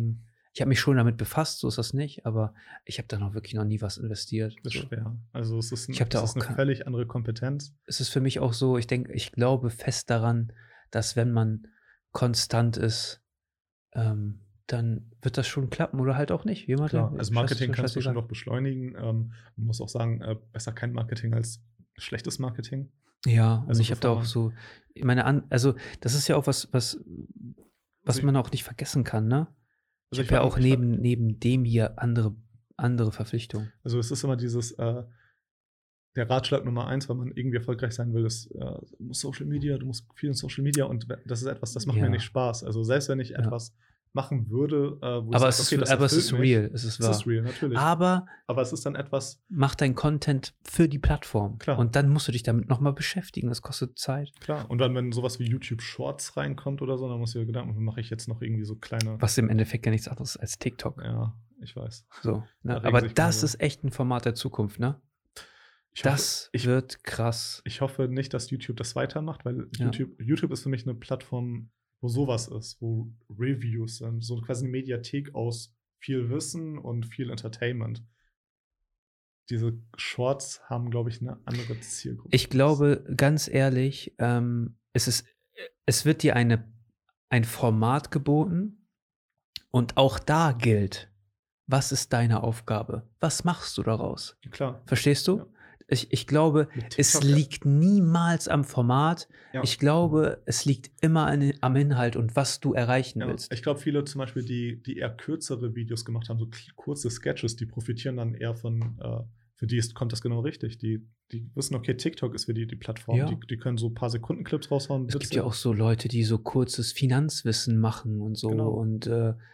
Ich habe mich schon damit befasst, so ist das nicht, aber ich habe da noch wirklich noch nie was investiert. Das ist So. schwer. Also es ist, Ich habe da es ist auch eine völlig andere Kompetenz. es ist für mich auch so, ich glaube fest daran, dass wenn man konstant ist, dann wird das schon klappen oder halt auch nicht. Jemand, Klar, also Marketing kannst du schon scheißegal. noch beschleunigen. Man muss auch sagen, besser kein Marketing als schlechtes Marketing. Ja, und Also ich habe da bevor auch man so also das ist ja auch was, was also man auch nicht vergessen kann, ne? Ich also habe ja auch neben dem hier andere Verpflichtungen. also es ist immer dieses, der Ratschlag Nummer 1, wenn man irgendwie erfolgreich sein will, ist, du musst Social Media, du musst viel in Social Media und das ist etwas, das macht mir nicht Ja, Spaß. Also selbst wenn ich ja. etwas machen würde, wo ich Aber sage: „Okay, das es erfüllt ist mich“, real, es ist es ist wahr. real, natürlich. Aber Aber es ist dann etwas mach dein Content für die Plattform. klar, Und dann musst du dich damit noch mal beschäftigen. Das kostet Zeit. klar. Und dann, wenn sowas wie YouTube Shorts reinkommt oder so, dann musst du dir Gedanken machen, mache ich jetzt noch irgendwie so kleine Was im Endeffekt ja nichts anderes ist als TikTok. ja, ich weiß. So, Da ne? regen Aber sich das mehrere. ist echt ein Format der Zukunft, ne? Ich hoffe Das ich wird krass. ich hoffe nicht, dass YouTube das weitermacht, weil Ja. YouTube ist für mich 'ne Plattform, wo sowas ist, wo Reviews sind, so quasi 'ne Mediathek aus viel Wissen und viel Entertainment. Diese Shorts haben, glaube ich, 'ne andere Zielgruppe. Ich glaube, ganz ehrlich, es wird dir ein Format geboten und auch da gilt, was ist deine Aufgabe? Was machst du daraus? Klar, Verstehst du? ja. Ich glaube, Mit es TikTok, liegt niemals am Format. ja, Ich glaube, es liegt immer am Inhalt und was du erreichen ja. willst. Ich glaube, viele zum Beispiel, die eher kürzere Videos gemacht haben, so kurze Sketches, die profitieren dann eher von, für die kommt das genau richtig. Die wissen, okay, TikTok ist für die Plattform. Ja. Die können so ein paar Sekunden-Clips raushauen, Es gibt Witze. ja auch so Leute, die so kurzes Finanzwissen machen und so Genau. und,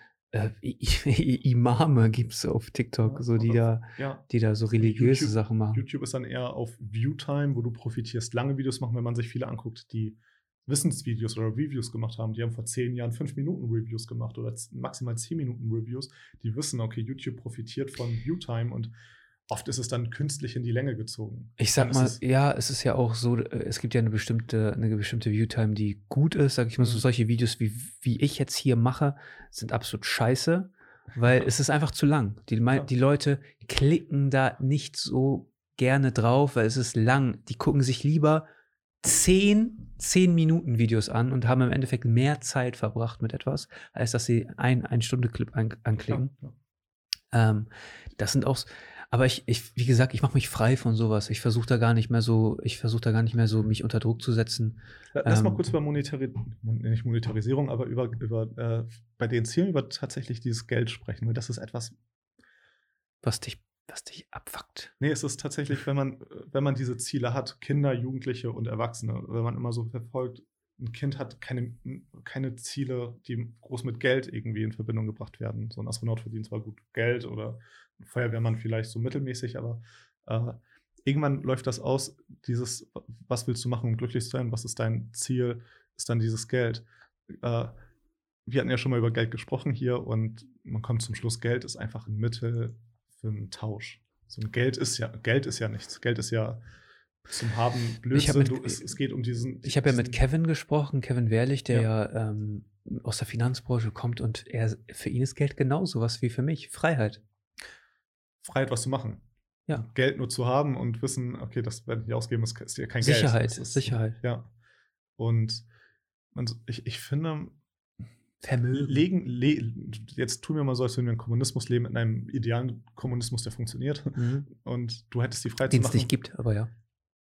Imame gibt's auf TikTok, Ja, so die ja. da so religiöse YouTube Sachen machen. YouTube ist dann eher auf Viewtime, wo du profitierst. Lange Videos machen, wenn man sich viele anguckt, die Wissensvideos oder Reviews gemacht haben. Die haben vor 10 Jahren 5 Minuten Reviews gemacht oder maximal 10 Minuten Reviews. Die wissen, okay, YouTube profitiert von Viewtime und oft ist es dann künstlich in die Länge gezogen. Ich sag Dann ist mal, es ja, es ist ja auch so, es gibt ja eine bestimmte Viewtime, die gut ist, sage ich mal. So Mhm. solche Videos, wie ich jetzt hier mache, sind absolut scheiße, weil es ist einfach zu lang. Klar. Die Leute klicken da nicht so gerne drauf, weil es ist lang. Die gucken sich lieber 10 Minuten Videos an und haben im Endeffekt mehr Zeit verbracht mit etwas, als dass sie ein Stunde Clip anklicken. Ja. Das sind auch, aber wie gesagt, ich mache mich frei von sowas. Ich versuche da gar nicht mehr so, mich unter Druck zu setzen. Lass mal kurz über nicht Monetarisierung, aber über bei den Zielen über tatsächlich dieses Geld sprechen, weil das ist etwas. Was dich abfuckt. Nee, es ist tatsächlich, wenn man diese Ziele hat, Kinder, Jugendliche und Erwachsene, wenn man immer so verfolgt, ein Kind hat keine Ziele, die groß mit Geld irgendwie in Verbindung gebracht werden. So ein Astronaut verdient zwar gut Geld oder ein Feuerwehrmann vielleicht so mittelmäßig, aber irgendwann läuft das aus, dieses, was willst du machen, um glücklich zu sein, was ist dein Ziel, ist dann dieses Geld. Wir hatten ja schon mal über Geld gesprochen hier und man kommt zum Schluss, Geld ist einfach ein Mittel für einen Tausch. So ein Geld ist ja nichts. Geld ist ja zum Haben Blödsinn. Es geht um diesen. Ich habe ja mit Kevin gesprochen, Kevin Wehrlich, der Ja. aus der Finanzbranche kommt und für ihn ist Geld genauso was wie für mich. Freiheit. Freiheit, was zu machen. Ja. Geld nur zu haben und wissen, okay, das werden die ausgeben, ist ja kein Sicherheit, Geld. Sicherheit. Ja. Und ich finde, Vermögen. jetzt tun wir mal so, als würden wir in Kommunismus leben, in einem idealen Kommunismus, der funktioniert. Und du hättest die Freiheit Den zu es machen. nicht gibt, aber ja.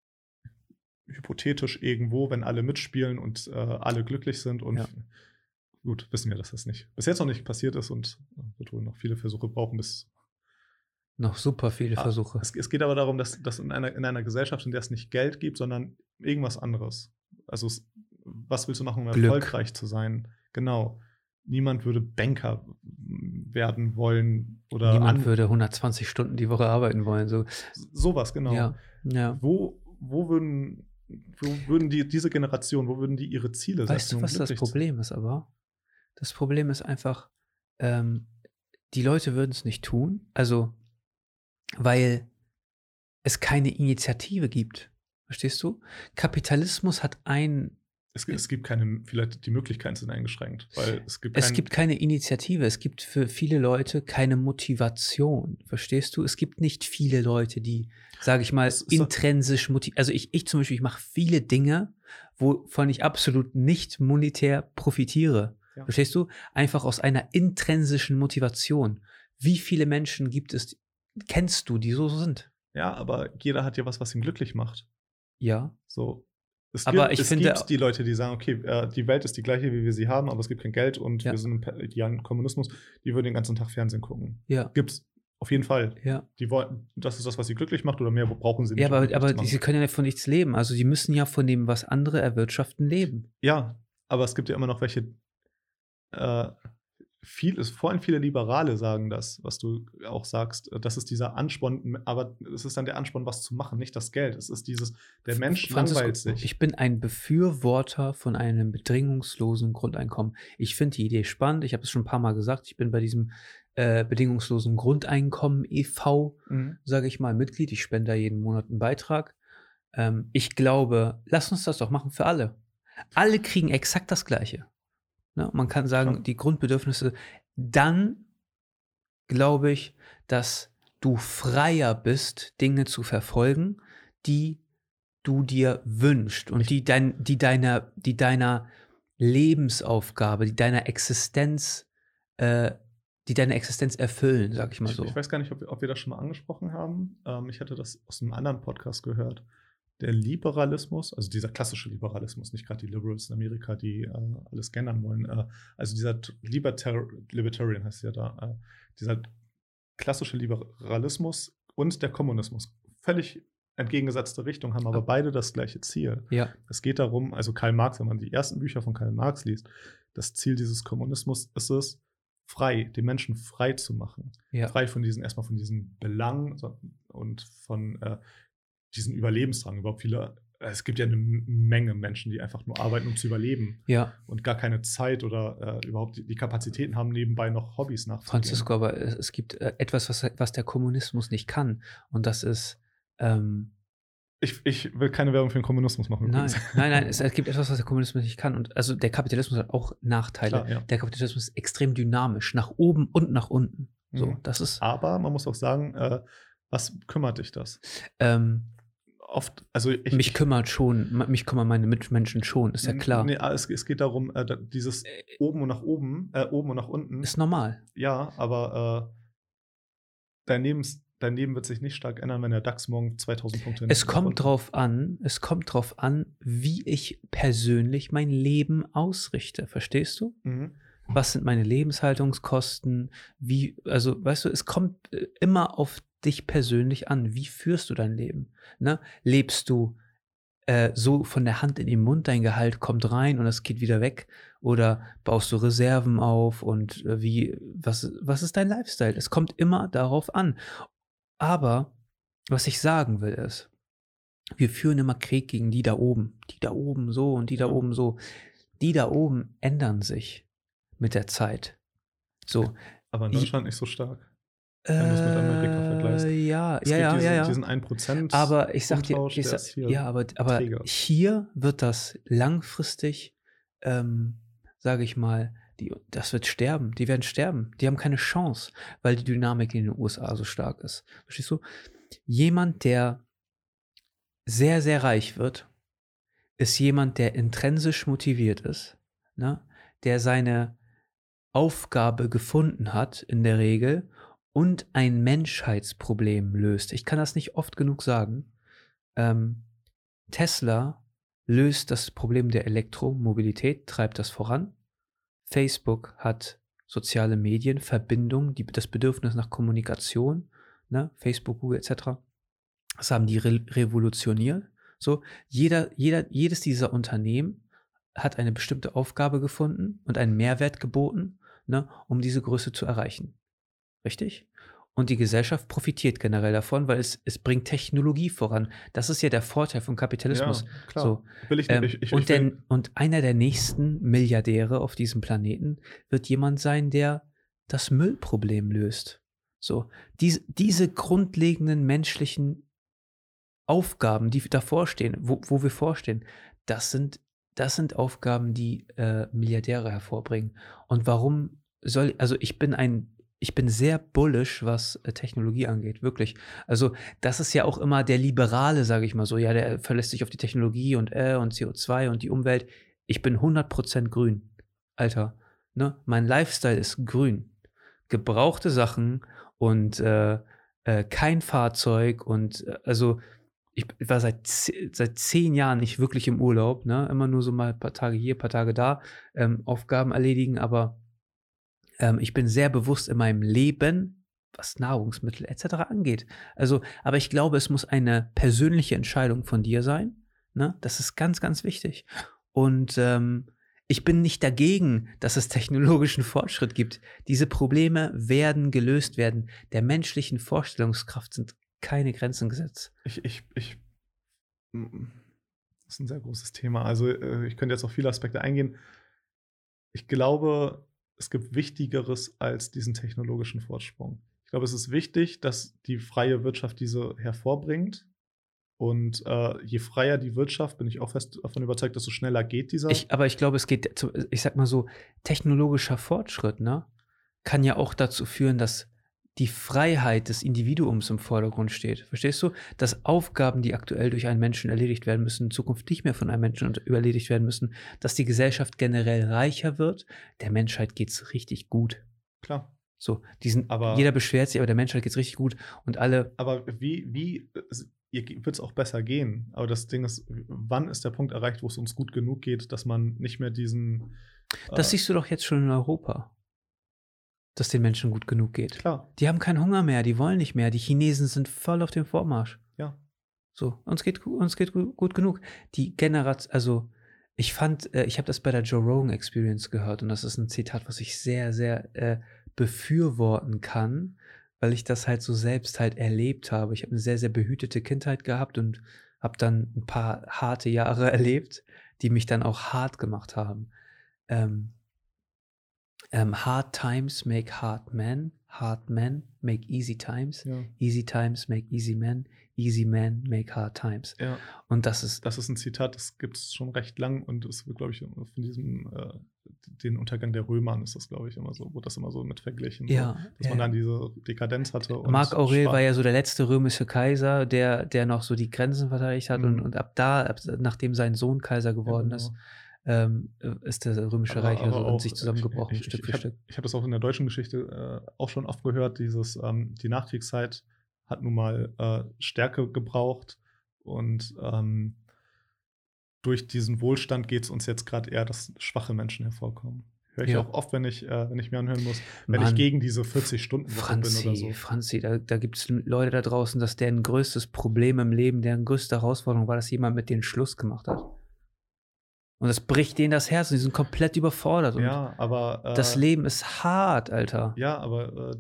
Hypothetisch irgendwo, wenn alle mitspielen und alle glücklich sind. Und Ja. gut, wissen wir, dass das nicht bis jetzt noch nicht passiert ist und wird wohl noch viele Versuche brauchen, bis. Noch super viele Versuche. Es geht aber darum, dass in einer Gesellschaft, in der es nicht Geld gibt, sondern irgendwas anderes. Also was willst du machen, um Glück. erfolgreich zu sein? Genau. Niemand würde Banker werden wollen oder Niemand würde 120 Stunden die Woche arbeiten wollen. So. Sowas, genau. Ja. Wo würden diese Generation, wo würden die ihre Ziele setzen? Weißt du, was das Problem ist aber? Das Problem ist einfach, die Leute würden es nicht tun, also weil es keine Initiative gibt. Verstehst du? Kapitalismus hat ein Es gibt keine, vielleicht die Möglichkeiten sind eingeschränkt, weil es gibt Es gibt keine Initiative, es gibt für viele Leute keine Motivation. Verstehst du? Es gibt nicht viele Leute, die, sage ich mal, Es ist doch- intrinsisch motiviert. Also ich zum Beispiel, ich mache viele Dinge, wovon ich absolut nicht monetär profitiere. Ja. Verstehst du? Einfach aus einer intrinsischen Motivation. Wie viele Menschen gibt es, kennst du, die so sind? Ja, aber jeder hat ja was ihn glücklich macht. Ja. So. Es Aber gibt, ich es finde- gibt die Leute, die sagen, okay, die Welt ist die gleiche, wie wir sie haben, aber es gibt kein Geld und Ja. wir sind im idealen Kommunismus, die würden den ganzen Tag Fernsehen gucken. Ja. Gibt's auf jeden Fall. Ja. Die wollen, das ist das, was sie glücklich macht, oder mehr brauchen sie nicht. Ja, um aber glücklich zu machen. sie können ja von nichts leben. Also sie müssen ja von dem, was andere erwirtschaften, leben. Ja, aber es gibt ja immer noch welche, vor allem viele Liberale sagen das, was du auch sagst, das ist dieser Ansporn, aber es ist dann der Ansporn, was zu machen, nicht das Geld. Es ist dieses, der Mensch Francisco, langweilt sich. ich bin ein Befürworter von einem bedingungslosen Grundeinkommen. Ich finde die Idee spannend. Ich habe es schon ein paar Mal gesagt. Ich bin bei diesem bedingungslosen Grundeinkommen e.V., sage ich mal, Mitglied. Ich spende da jeden Monat einen Beitrag. Ich glaube, lass uns das doch machen für alle. Alle kriegen exakt das Gleiche. Ne? Man kann sagen, Klar. die Grundbedürfnisse. Dann glaube ich, dass du freier bist, Dinge zu verfolgen, die du dir wünschst und die deiner Lebensaufgabe, die deine Existenz erfüllen, sag ich mal so. Ich weiß gar nicht, ob wir das schon mal angesprochen haben. Ich hatte das aus einem anderen Podcast gehört. Der Liberalismus, also dieser klassische Liberalismus, nicht gerade die Liberals in Amerika, die alles gendern wollen. Also dieser Libertarian heißt ja da. Dieser klassische Liberalismus und der Kommunismus. Völlig entgegengesetzte Richtung, haben aber beide das gleiche Ziel. Ja. Es geht darum, also Karl Marx, wenn man die ersten Bücher von Karl Marx liest, das Ziel dieses Kommunismus ist es, den Menschen frei zu machen. Ja. Frei von erstmal von diesen Belangen und von diesen Überlebensdrang. Überhaupt es gibt ja eine Menge Menschen, die einfach nur arbeiten, um zu überleben. Ja. Und gar keine Zeit oder überhaupt die Kapazitäten haben, nebenbei noch Hobbys nachzugehen. Francisco, aber es gibt etwas, was der Kommunismus nicht kann. Und das ist Ich will keine Werbung für den Kommunismus machen. Nein, es gibt etwas, was der Kommunismus nicht kann. Und also der Kapitalismus hat auch Nachteile. Klar, ja. Der Kapitalismus ist extrem dynamisch, nach oben und nach unten. So, Mhm. das ist Aber man muss auch sagen, was kümmert dich das? Oft, also mich kümmern meine Mitmenschen schon, ist ja klar. Nee, es geht darum, dieses oben und nach oben, oben und nach unten. Ist normal. Ja, aber dein Leben wird sich nicht stark ändern, wenn der DAX morgen 2000 Punkte Es kommt drauf an, wie ich persönlich mein Leben ausrichte. Verstehst du? Mhm. Was sind meine Lebenshaltungskosten? Also, weißt du, es kommt immer auf dich persönlich an. Wie führst du dein Leben? Ne? Lebst du so von der Hand in den Mund, dein Gehalt kommt rein und es geht wieder weg? Oder baust du Reserven auf? Und was ist dein Lifestyle? Es kommt immer darauf an. Aber was ich sagen will ist, wir führen immer Krieg gegen die da oben. Die da oben so und die da oben so. Die da oben ändern sich mit der Zeit. So. Aber in Deutschland nicht so stark. Wenn du es mit Amerika vergleichst. Ja. Diesen 1%. Aber ich sag dir, Umtausch, aber träger. hier wird das langfristig, sage ich mal, das wird sterben. Die werden sterben. Die haben keine Chance, weil die Dynamik in den USA so stark ist. Verstehst du? Jemand, der sehr, sehr reich wird, ist jemand, der intrinsisch motiviert ist, ne? Der seine Aufgabe gefunden hat, in der Regel, und ein Menschheitsproblem löst. Ich kann das nicht oft genug sagen. Tesla löst das Problem der Elektromobilität, treibt das voran. Facebook hat soziale Medien, Verbindung, das Bedürfnis nach Kommunikation, ne? Facebook, Google etc. Das haben die revolutioniert. So, jedes dieser Unternehmen hat eine bestimmte Aufgabe gefunden und einen Mehrwert geboten, ne, um diese Größe zu erreichen. Richtig? Und die Gesellschaft profitiert generell davon, weil es bringt Technologie voran. Das ist ja der Vorteil von Kapitalismus. Ja, klar. So, Will ich nicht. und einer der nächsten Milliardäre auf diesem Planeten wird jemand sein, der das Müllproblem löst. So, diese grundlegenden menschlichen Aufgaben, die davor stehen, wo wir vorstehen, das sind das sind Aufgaben, die Milliardäre hervorbringen. Und also ich bin sehr bullish, was Technologie angeht, wirklich. Also das ist ja auch immer der Liberale, sage ich mal so, ja, der verlässt sich auf die Technologie und CO2 und die Umwelt. Ich bin 100% grün, Alter. Ne? Mein Lifestyle ist grün. Gebrauchte Sachen und kein Fahrzeug und also ich war seit 10 Jahren nicht wirklich im Urlaub, ne? Immer nur so mal ein paar Tage hier, ein paar Tage da, Aufgaben erledigen, aber ich bin sehr bewusst in meinem Leben, was Nahrungsmittel et cetera angeht. Also, aber ich glaube, es muss eine persönliche Entscheidung von dir sein, ne? Das ist ganz, ganz wichtig. Und, ich bin nicht dagegen, dass es technologischen Fortschritt gibt. Diese Probleme werden gelöst werden. Der menschlichen Vorstellungskraft sind keine Grenzen gesetzt. Das ist ein sehr großes Thema. Also, ich könnte jetzt auf viele Aspekte eingehen. Ich glaube, es gibt Wichtigeres als diesen technologischen Vorsprung. Ich glaube, es ist wichtig, dass die freie Wirtschaft diese hervorbringt. Und je freier die Wirtschaft, bin ich auch fest davon überzeugt, desto schneller geht dieser. Aber ich glaube, ich sag mal so, technologischer Fortschritt, ne, kann ja auch dazu führen, dass die Freiheit des Individuums im Vordergrund steht. Verstehst du? Dass Aufgaben, die aktuell durch einen Menschen erledigt werden müssen, in Zukunft nicht mehr von einem Menschen erledigt werden müssen, dass die Gesellschaft generell reicher wird. Der Menschheit geht's richtig gut. Klar. So, jeder beschwert sich, aber der Menschheit geht's richtig gut und alle. Aber wie wird es auch besser gehen? Aber das Ding ist, wann ist der Punkt erreicht, wo es uns gut genug geht, dass man nicht mehr diesen. Das siehst du doch jetzt schon in Europa, dass den Menschen gut genug geht. Klar. Die haben keinen Hunger mehr, die wollen nicht mehr. Die Chinesen sind voll auf dem Vormarsch. Ja. So, uns geht gut genug. Die Generation, also ich habe das bei der Joe Rogan Experience gehört und das ist ein Zitat, was ich sehr, sehr befürworten kann, weil ich das halt so selbst halt erlebt habe. Ich habe eine sehr, sehr behütete Kindheit gehabt und habe dann ein paar harte Jahre erlebt, die mich dann auch hart gemacht haben. Hard times make hard men make easy times, Ja. easy times make easy men make hard times. Ja. Und das ist ein Zitat, das gibt es schon recht lang und es wird, glaube ich, von diesem den Untergang der Römer ist das, glaube ich, immer so, wurde das immer so mit verglichen, ja, so, dass man dann diese Dekadenz hatte. Und Marc Aurel war ja so der letzte römische Kaiser, der noch so die Grenzen verteidigt hat und nachdem sein Sohn Kaiser geworden ist, ist der Römische Reich also in sich zusammengebrochen, Stück für Stück. Ich habe das auch in der deutschen Geschichte auch schon oft gehört, die Nachkriegszeit hat nun mal Stärke gebraucht und durch diesen Wohlstand geht es uns jetzt gerade eher, dass schwache Menschen hervorkommen. Höre ich auch oft, wenn ich mir anhören muss, wenn ich gegen diese 40-Stunden-Woche bin oder so. Franzi, da gibt es Leute da draußen, dass deren größtes Problem im Leben, deren größte Herausforderung war, dass jemand mit denen Schluss gemacht hat. Und das bricht denen das Herz und die sind komplett überfordert. Und ja, aber das Leben ist hart, Alter. Ja, aber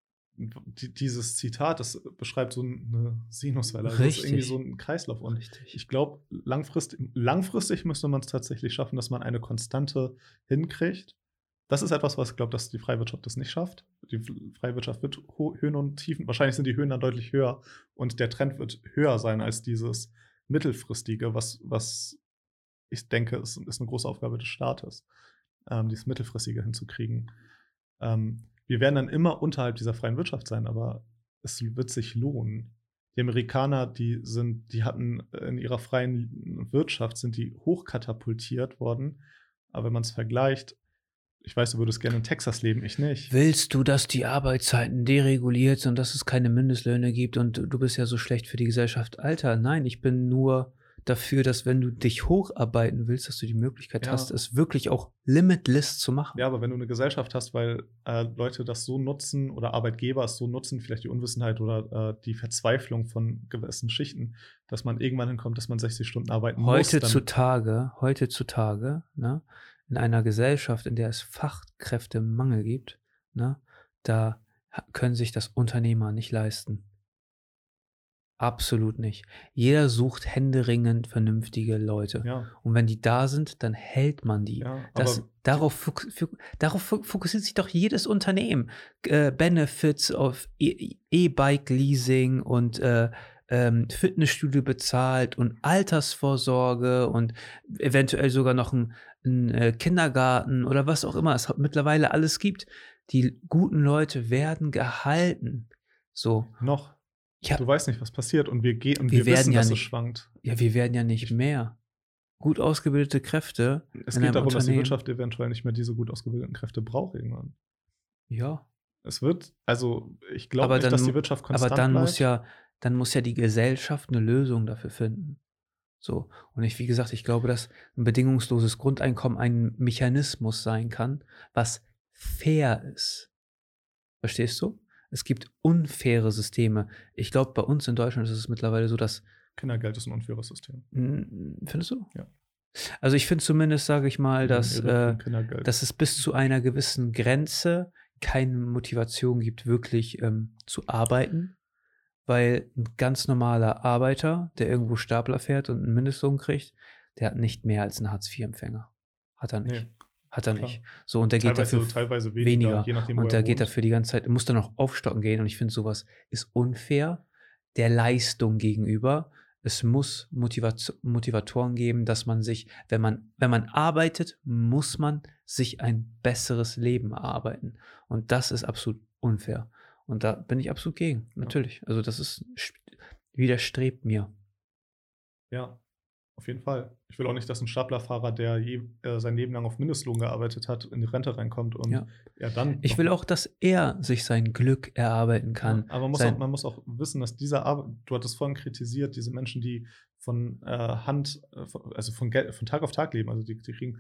dieses Zitat, das beschreibt so eine Sinuswelle. Also das ist irgendwie so ein Kreislauf. Und ich glaube, langfristig müsste man es tatsächlich schaffen, dass man eine Konstante hinkriegt. Das ist etwas, was ich glaube, dass die Freiwirtschaft das nicht schafft. Die Freiwirtschaft wird Höhen und Tiefen. Wahrscheinlich sind die Höhen dann deutlich höher. Und der Trend wird höher sein als dieses mittelfristige, was ich denke, ist eine große Aufgabe des Staates, dieses mittelfristige hinzukriegen. Wir werden dann immer unterhalb dieser freien Wirtschaft sein, aber es wird sich lohnen. Die Amerikaner, die hatten in ihrer freien Wirtschaft, sind die hochkatapultiert worden. Aber wenn man es vergleicht, ich weiß, du würdest gerne in Texas leben, ich nicht. Willst du, dass die Arbeitszeiten dereguliert sind und dass es keine Mindestlöhne gibt und du bist ja so schlecht für die Gesellschaft? Alter, nein, ich bin nur dafür, dass wenn du dich hocharbeiten willst, dass du die Möglichkeit hast, es wirklich auch limitless zu machen. Ja, aber wenn du eine Gesellschaft hast, weil Leute das so nutzen oder Arbeitgeber es so nutzen, vielleicht die Unwissenheit oder die Verzweiflung von gewissen Schichten, dass man irgendwann hinkommt, dass man 60 Stunden arbeiten muss. Heutzutage, ne, in einer Gesellschaft, in der es Fachkräftemangel gibt, ne, da können sich das Unternehmer nicht leisten. Absolut nicht. Jeder sucht händeringend vernünftige Leute. Ja. Und wenn die da sind, dann hält man die. Ja, darauf fokussiert sich doch jedes Unternehmen. Benefits auf E-Bike-Leasing und Fitnessstudio bezahlt und Altersvorsorge und eventuell sogar noch ein Kindergarten oder was auch immer es mittlerweile alles gibt. Die guten Leute werden gehalten. So, Noch. ja, Du weißt nicht, was passiert und wir Wir wissen, werden ja dass es nicht- schwankt. ja, wir werden ja nicht mehr. Gut ausgebildete Kräfte Es in geht einem darum, dass die Unternehmen. Wirtschaft eventuell nicht mehr diese gut ausgebildeten Kräfte braucht irgendwann. Ja, Es wird, also ich glaube aber nicht, dann, dass die Wirtschaft konstant aber dann bleibt. muss ja die Gesellschaft eine Lösung dafür finden. So. Und wie gesagt, ich glaube, dass ein bedingungsloses Grundeinkommen ein Mechanismus sein kann, was fair ist. Verstehst du? Es gibt unfaire Systeme. Ich glaube, bei uns in Deutschland ist es mittlerweile so, dass. Kindergeld ist ein unfaires System. Findest du? Ja. Also ich finde zumindest, sage ich mal, dass Kindergeld. es bis zu einer gewissen Grenze keine Motivation gibt, wirklich zu arbeiten, weil ein ganz normaler Arbeiter, der irgendwo Stapler fährt und einen Mindestlohn kriegt, der hat nicht mehr als einen Hartz-IV-Empfänger. Hat er nicht. Nee, Hat er klar. nicht. So, und der geht dafür Teilweise weniger. je nachdem, wo Und er der geht wohnt. dafür die ganze Zeit, muss dann noch aufstocken gehen. Und ich finde, sowas ist unfair der Leistung gegenüber. Es muss Motivatoren geben, dass man sich, wenn man arbeitet, muss man sich ein besseres Leben erarbeiten. Und das ist absolut unfair. Und da bin ich absolut gegen, natürlich. Also das widerstrebt mir. Ja, auf jeden Fall. Ich will auch nicht, dass ein Staplerfahrer, der sein Leben lang auf Mindestlohn gearbeitet hat, in die Rente reinkommt und Ja. er dann. Ich will auch, dass er sich sein Glück erarbeiten kann. Ja, aber man muss auch wissen, dass diese Arbeit, du hattest vorhin kritisiert, diese Menschen, die von also von Tag auf Tag leben, also die kriegen,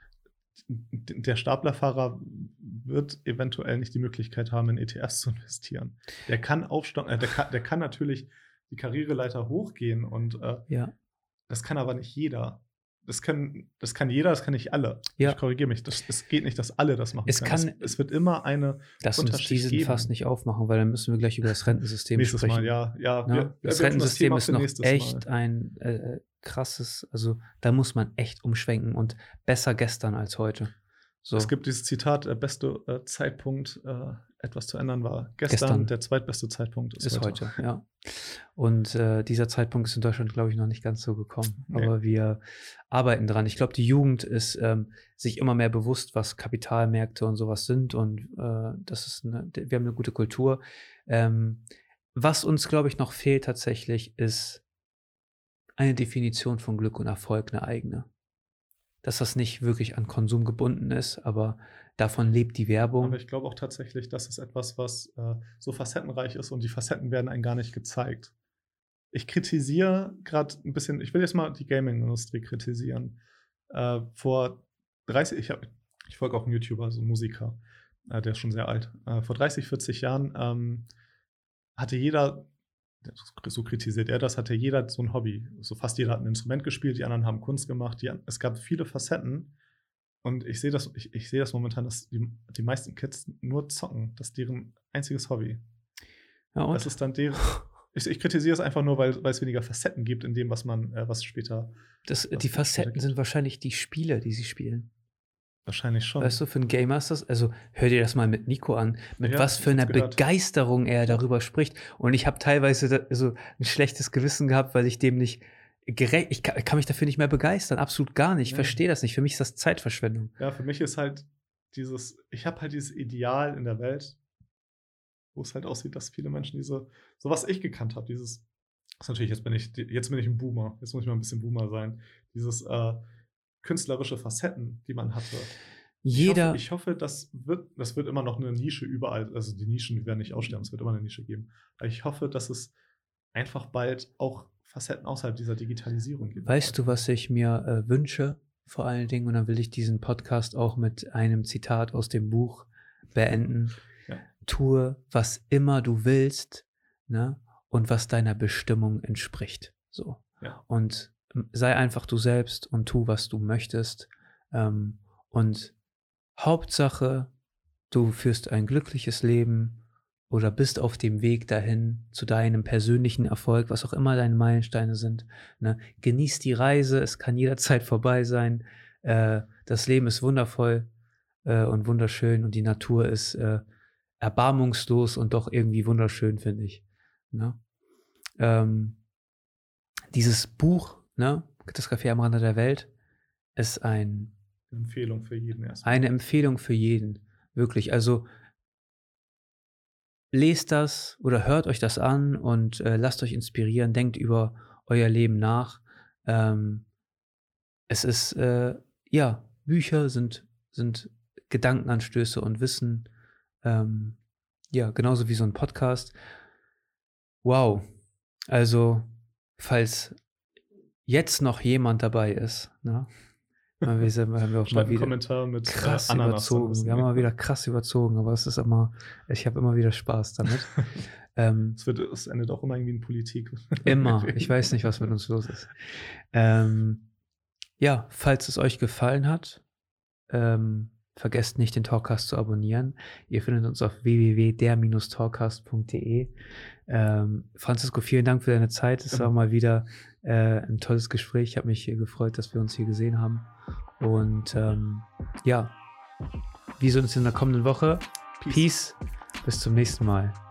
der Staplerfahrer wird eventuell nicht die Möglichkeit haben, in ETFs zu investieren. Der kann aufstocken, der kann natürlich die Karriereleiter hochgehen und Ja. das kann aber nicht jeder. Das kann jeder, das kann nicht alle. Ja. Ich korrigiere mich. Es geht nicht, dass alle das machen Es können. kann- Es wird immer eine Lass uns Unterschicht diesen geben. Fass nicht aufmachen, weil dann müssen wir gleich über das Rentensystem Nächstes sprechen. Mal, ja. Ne? Das wir Rentensystem Thema ist für noch nächstes echt Mal. ein krasses, also da muss man echt umschwenken und besser gestern als heute. So. Es gibt dieses Zitat, der beste Zeitpunkt, etwas zu ändern, war gestern. Der zweitbeste Zeitpunkt ist heute. Ja. Und dieser Zeitpunkt ist in Deutschland, glaube ich, noch nicht ganz so gekommen. Nee. Aber wir arbeiten dran. Ich glaube, die Jugend ist sich immer mehr bewusst, was Kapitalmärkte und sowas sind. Und wir haben eine gute Kultur. Was uns, glaube ich, noch fehlt tatsächlich, ist eine Definition von Glück und Erfolg, eine eigene. Dass das nicht wirklich an Konsum gebunden ist, aber davon lebt die Werbung. Aber ich glaube auch tatsächlich, das ist etwas, was so facettenreich ist und die Facetten werden einem gar nicht gezeigt. Ich kritisiere gerade ein bisschen, ich will jetzt mal die Gaming-Industrie kritisieren. Vor 30, ich folge auch einen YouTuber, so einen Musiker, der ist schon sehr alt. Vor 30, 40 Jahren hatte jeder, so kritisiert er das, hatte jeder so ein Hobby. So fast jeder hat ein Instrument gespielt, die anderen haben Kunst gemacht. Es gab viele Facetten. Und ich sehe das momentan, dass die meisten Kids nur zocken. Das ist deren einziges Hobby. Ja, und? Das ist dann deren. Ich kritisiere es einfach nur, weil es weniger Facetten gibt, in dem, was später. Die Facetten sind wahrscheinlich die Spiele, die sie spielen. Wahrscheinlich schon. Weißt du, für einen Gamer ist das, also hör dir das mal mit Nico an, mit Ja, was für einer ich hab's gehört. Begeisterung er darüber spricht. Und ich habe teilweise so ein schlechtes Gewissen gehabt, weil ich dem nicht gerecht, ich kann mich dafür nicht mehr begeistern, absolut gar nicht. Ich Nee. verstehe das nicht. Für mich ist das Zeitverschwendung. Ja, für mich ist halt ich habe halt dieses Ideal in der Welt, wo es halt aussieht, dass viele Menschen so was ich gekannt habe, das ist natürlich, jetzt bin ich ein Boomer, jetzt muss ich mal ein bisschen Boomer sein, dieses künstlerische Facetten, die man hatte. Ich hoffe, das wird immer noch eine Nische überall, also die Nischen, die werden nicht aussterben, es wird immer eine Nische geben. Aber ich hoffe, dass es einfach bald auch Facetten außerhalb dieser Digitalisierung gibt. Weißt du, was ich mir wünsche, vor allen Dingen, und dann will ich diesen Podcast auch mit einem Zitat aus dem Buch beenden. Ja. Tue, was immer du willst, ne? Und was deiner Bestimmung entspricht. So. Ja. Und sei einfach du selbst und tu, was du möchtest. Und Hauptsache, du führst ein glückliches Leben oder bist auf dem Weg dahin zu deinem persönlichen Erfolg, was auch immer deine Meilensteine sind. Ne? Genieß die Reise, es kann jederzeit vorbei sein. Das Leben ist wundervoll und wunderschön und die Natur ist erbarmungslos und doch irgendwie wunderschön, finde ich. Ne? Dieses Buch, ne, das Café am Rande der Welt, ist eine Empfehlung für jeden erstmal. Eine Empfehlung für jeden, wirklich. Also lest das oder hört euch das an und lasst euch inspirieren, denkt über euer Leben nach. Es ist, ja, Bücher sind Gedankenanstöße und Wissen, ja, genauso wie so ein Podcast. Wow. Also, falls jetzt noch jemand dabei ist, ne? Haben wir auch Schreibt mal einen wieder Kommentar mit krass Ananas. dann überzogen. wissen Wir haben mal wieder krass überzogen, aber es ist immer, ich habe immer wieder Spaß damit. Es endet auch immer irgendwie in Politik. Immer. Ich weiß nicht, was mit uns los ist. Ja, falls es euch gefallen hat, vergesst nicht, den Talkcast zu abonnieren. Ihr findet uns auf www.der-talkcast.de. Francisco, vielen Dank für deine Zeit. Es war mal wieder ein tolles Gespräch. Ich habe mich gefreut, dass wir uns hier gesehen haben. Und ja, wir sehen uns in der kommenden Woche. Peace. Bis zum nächsten Mal.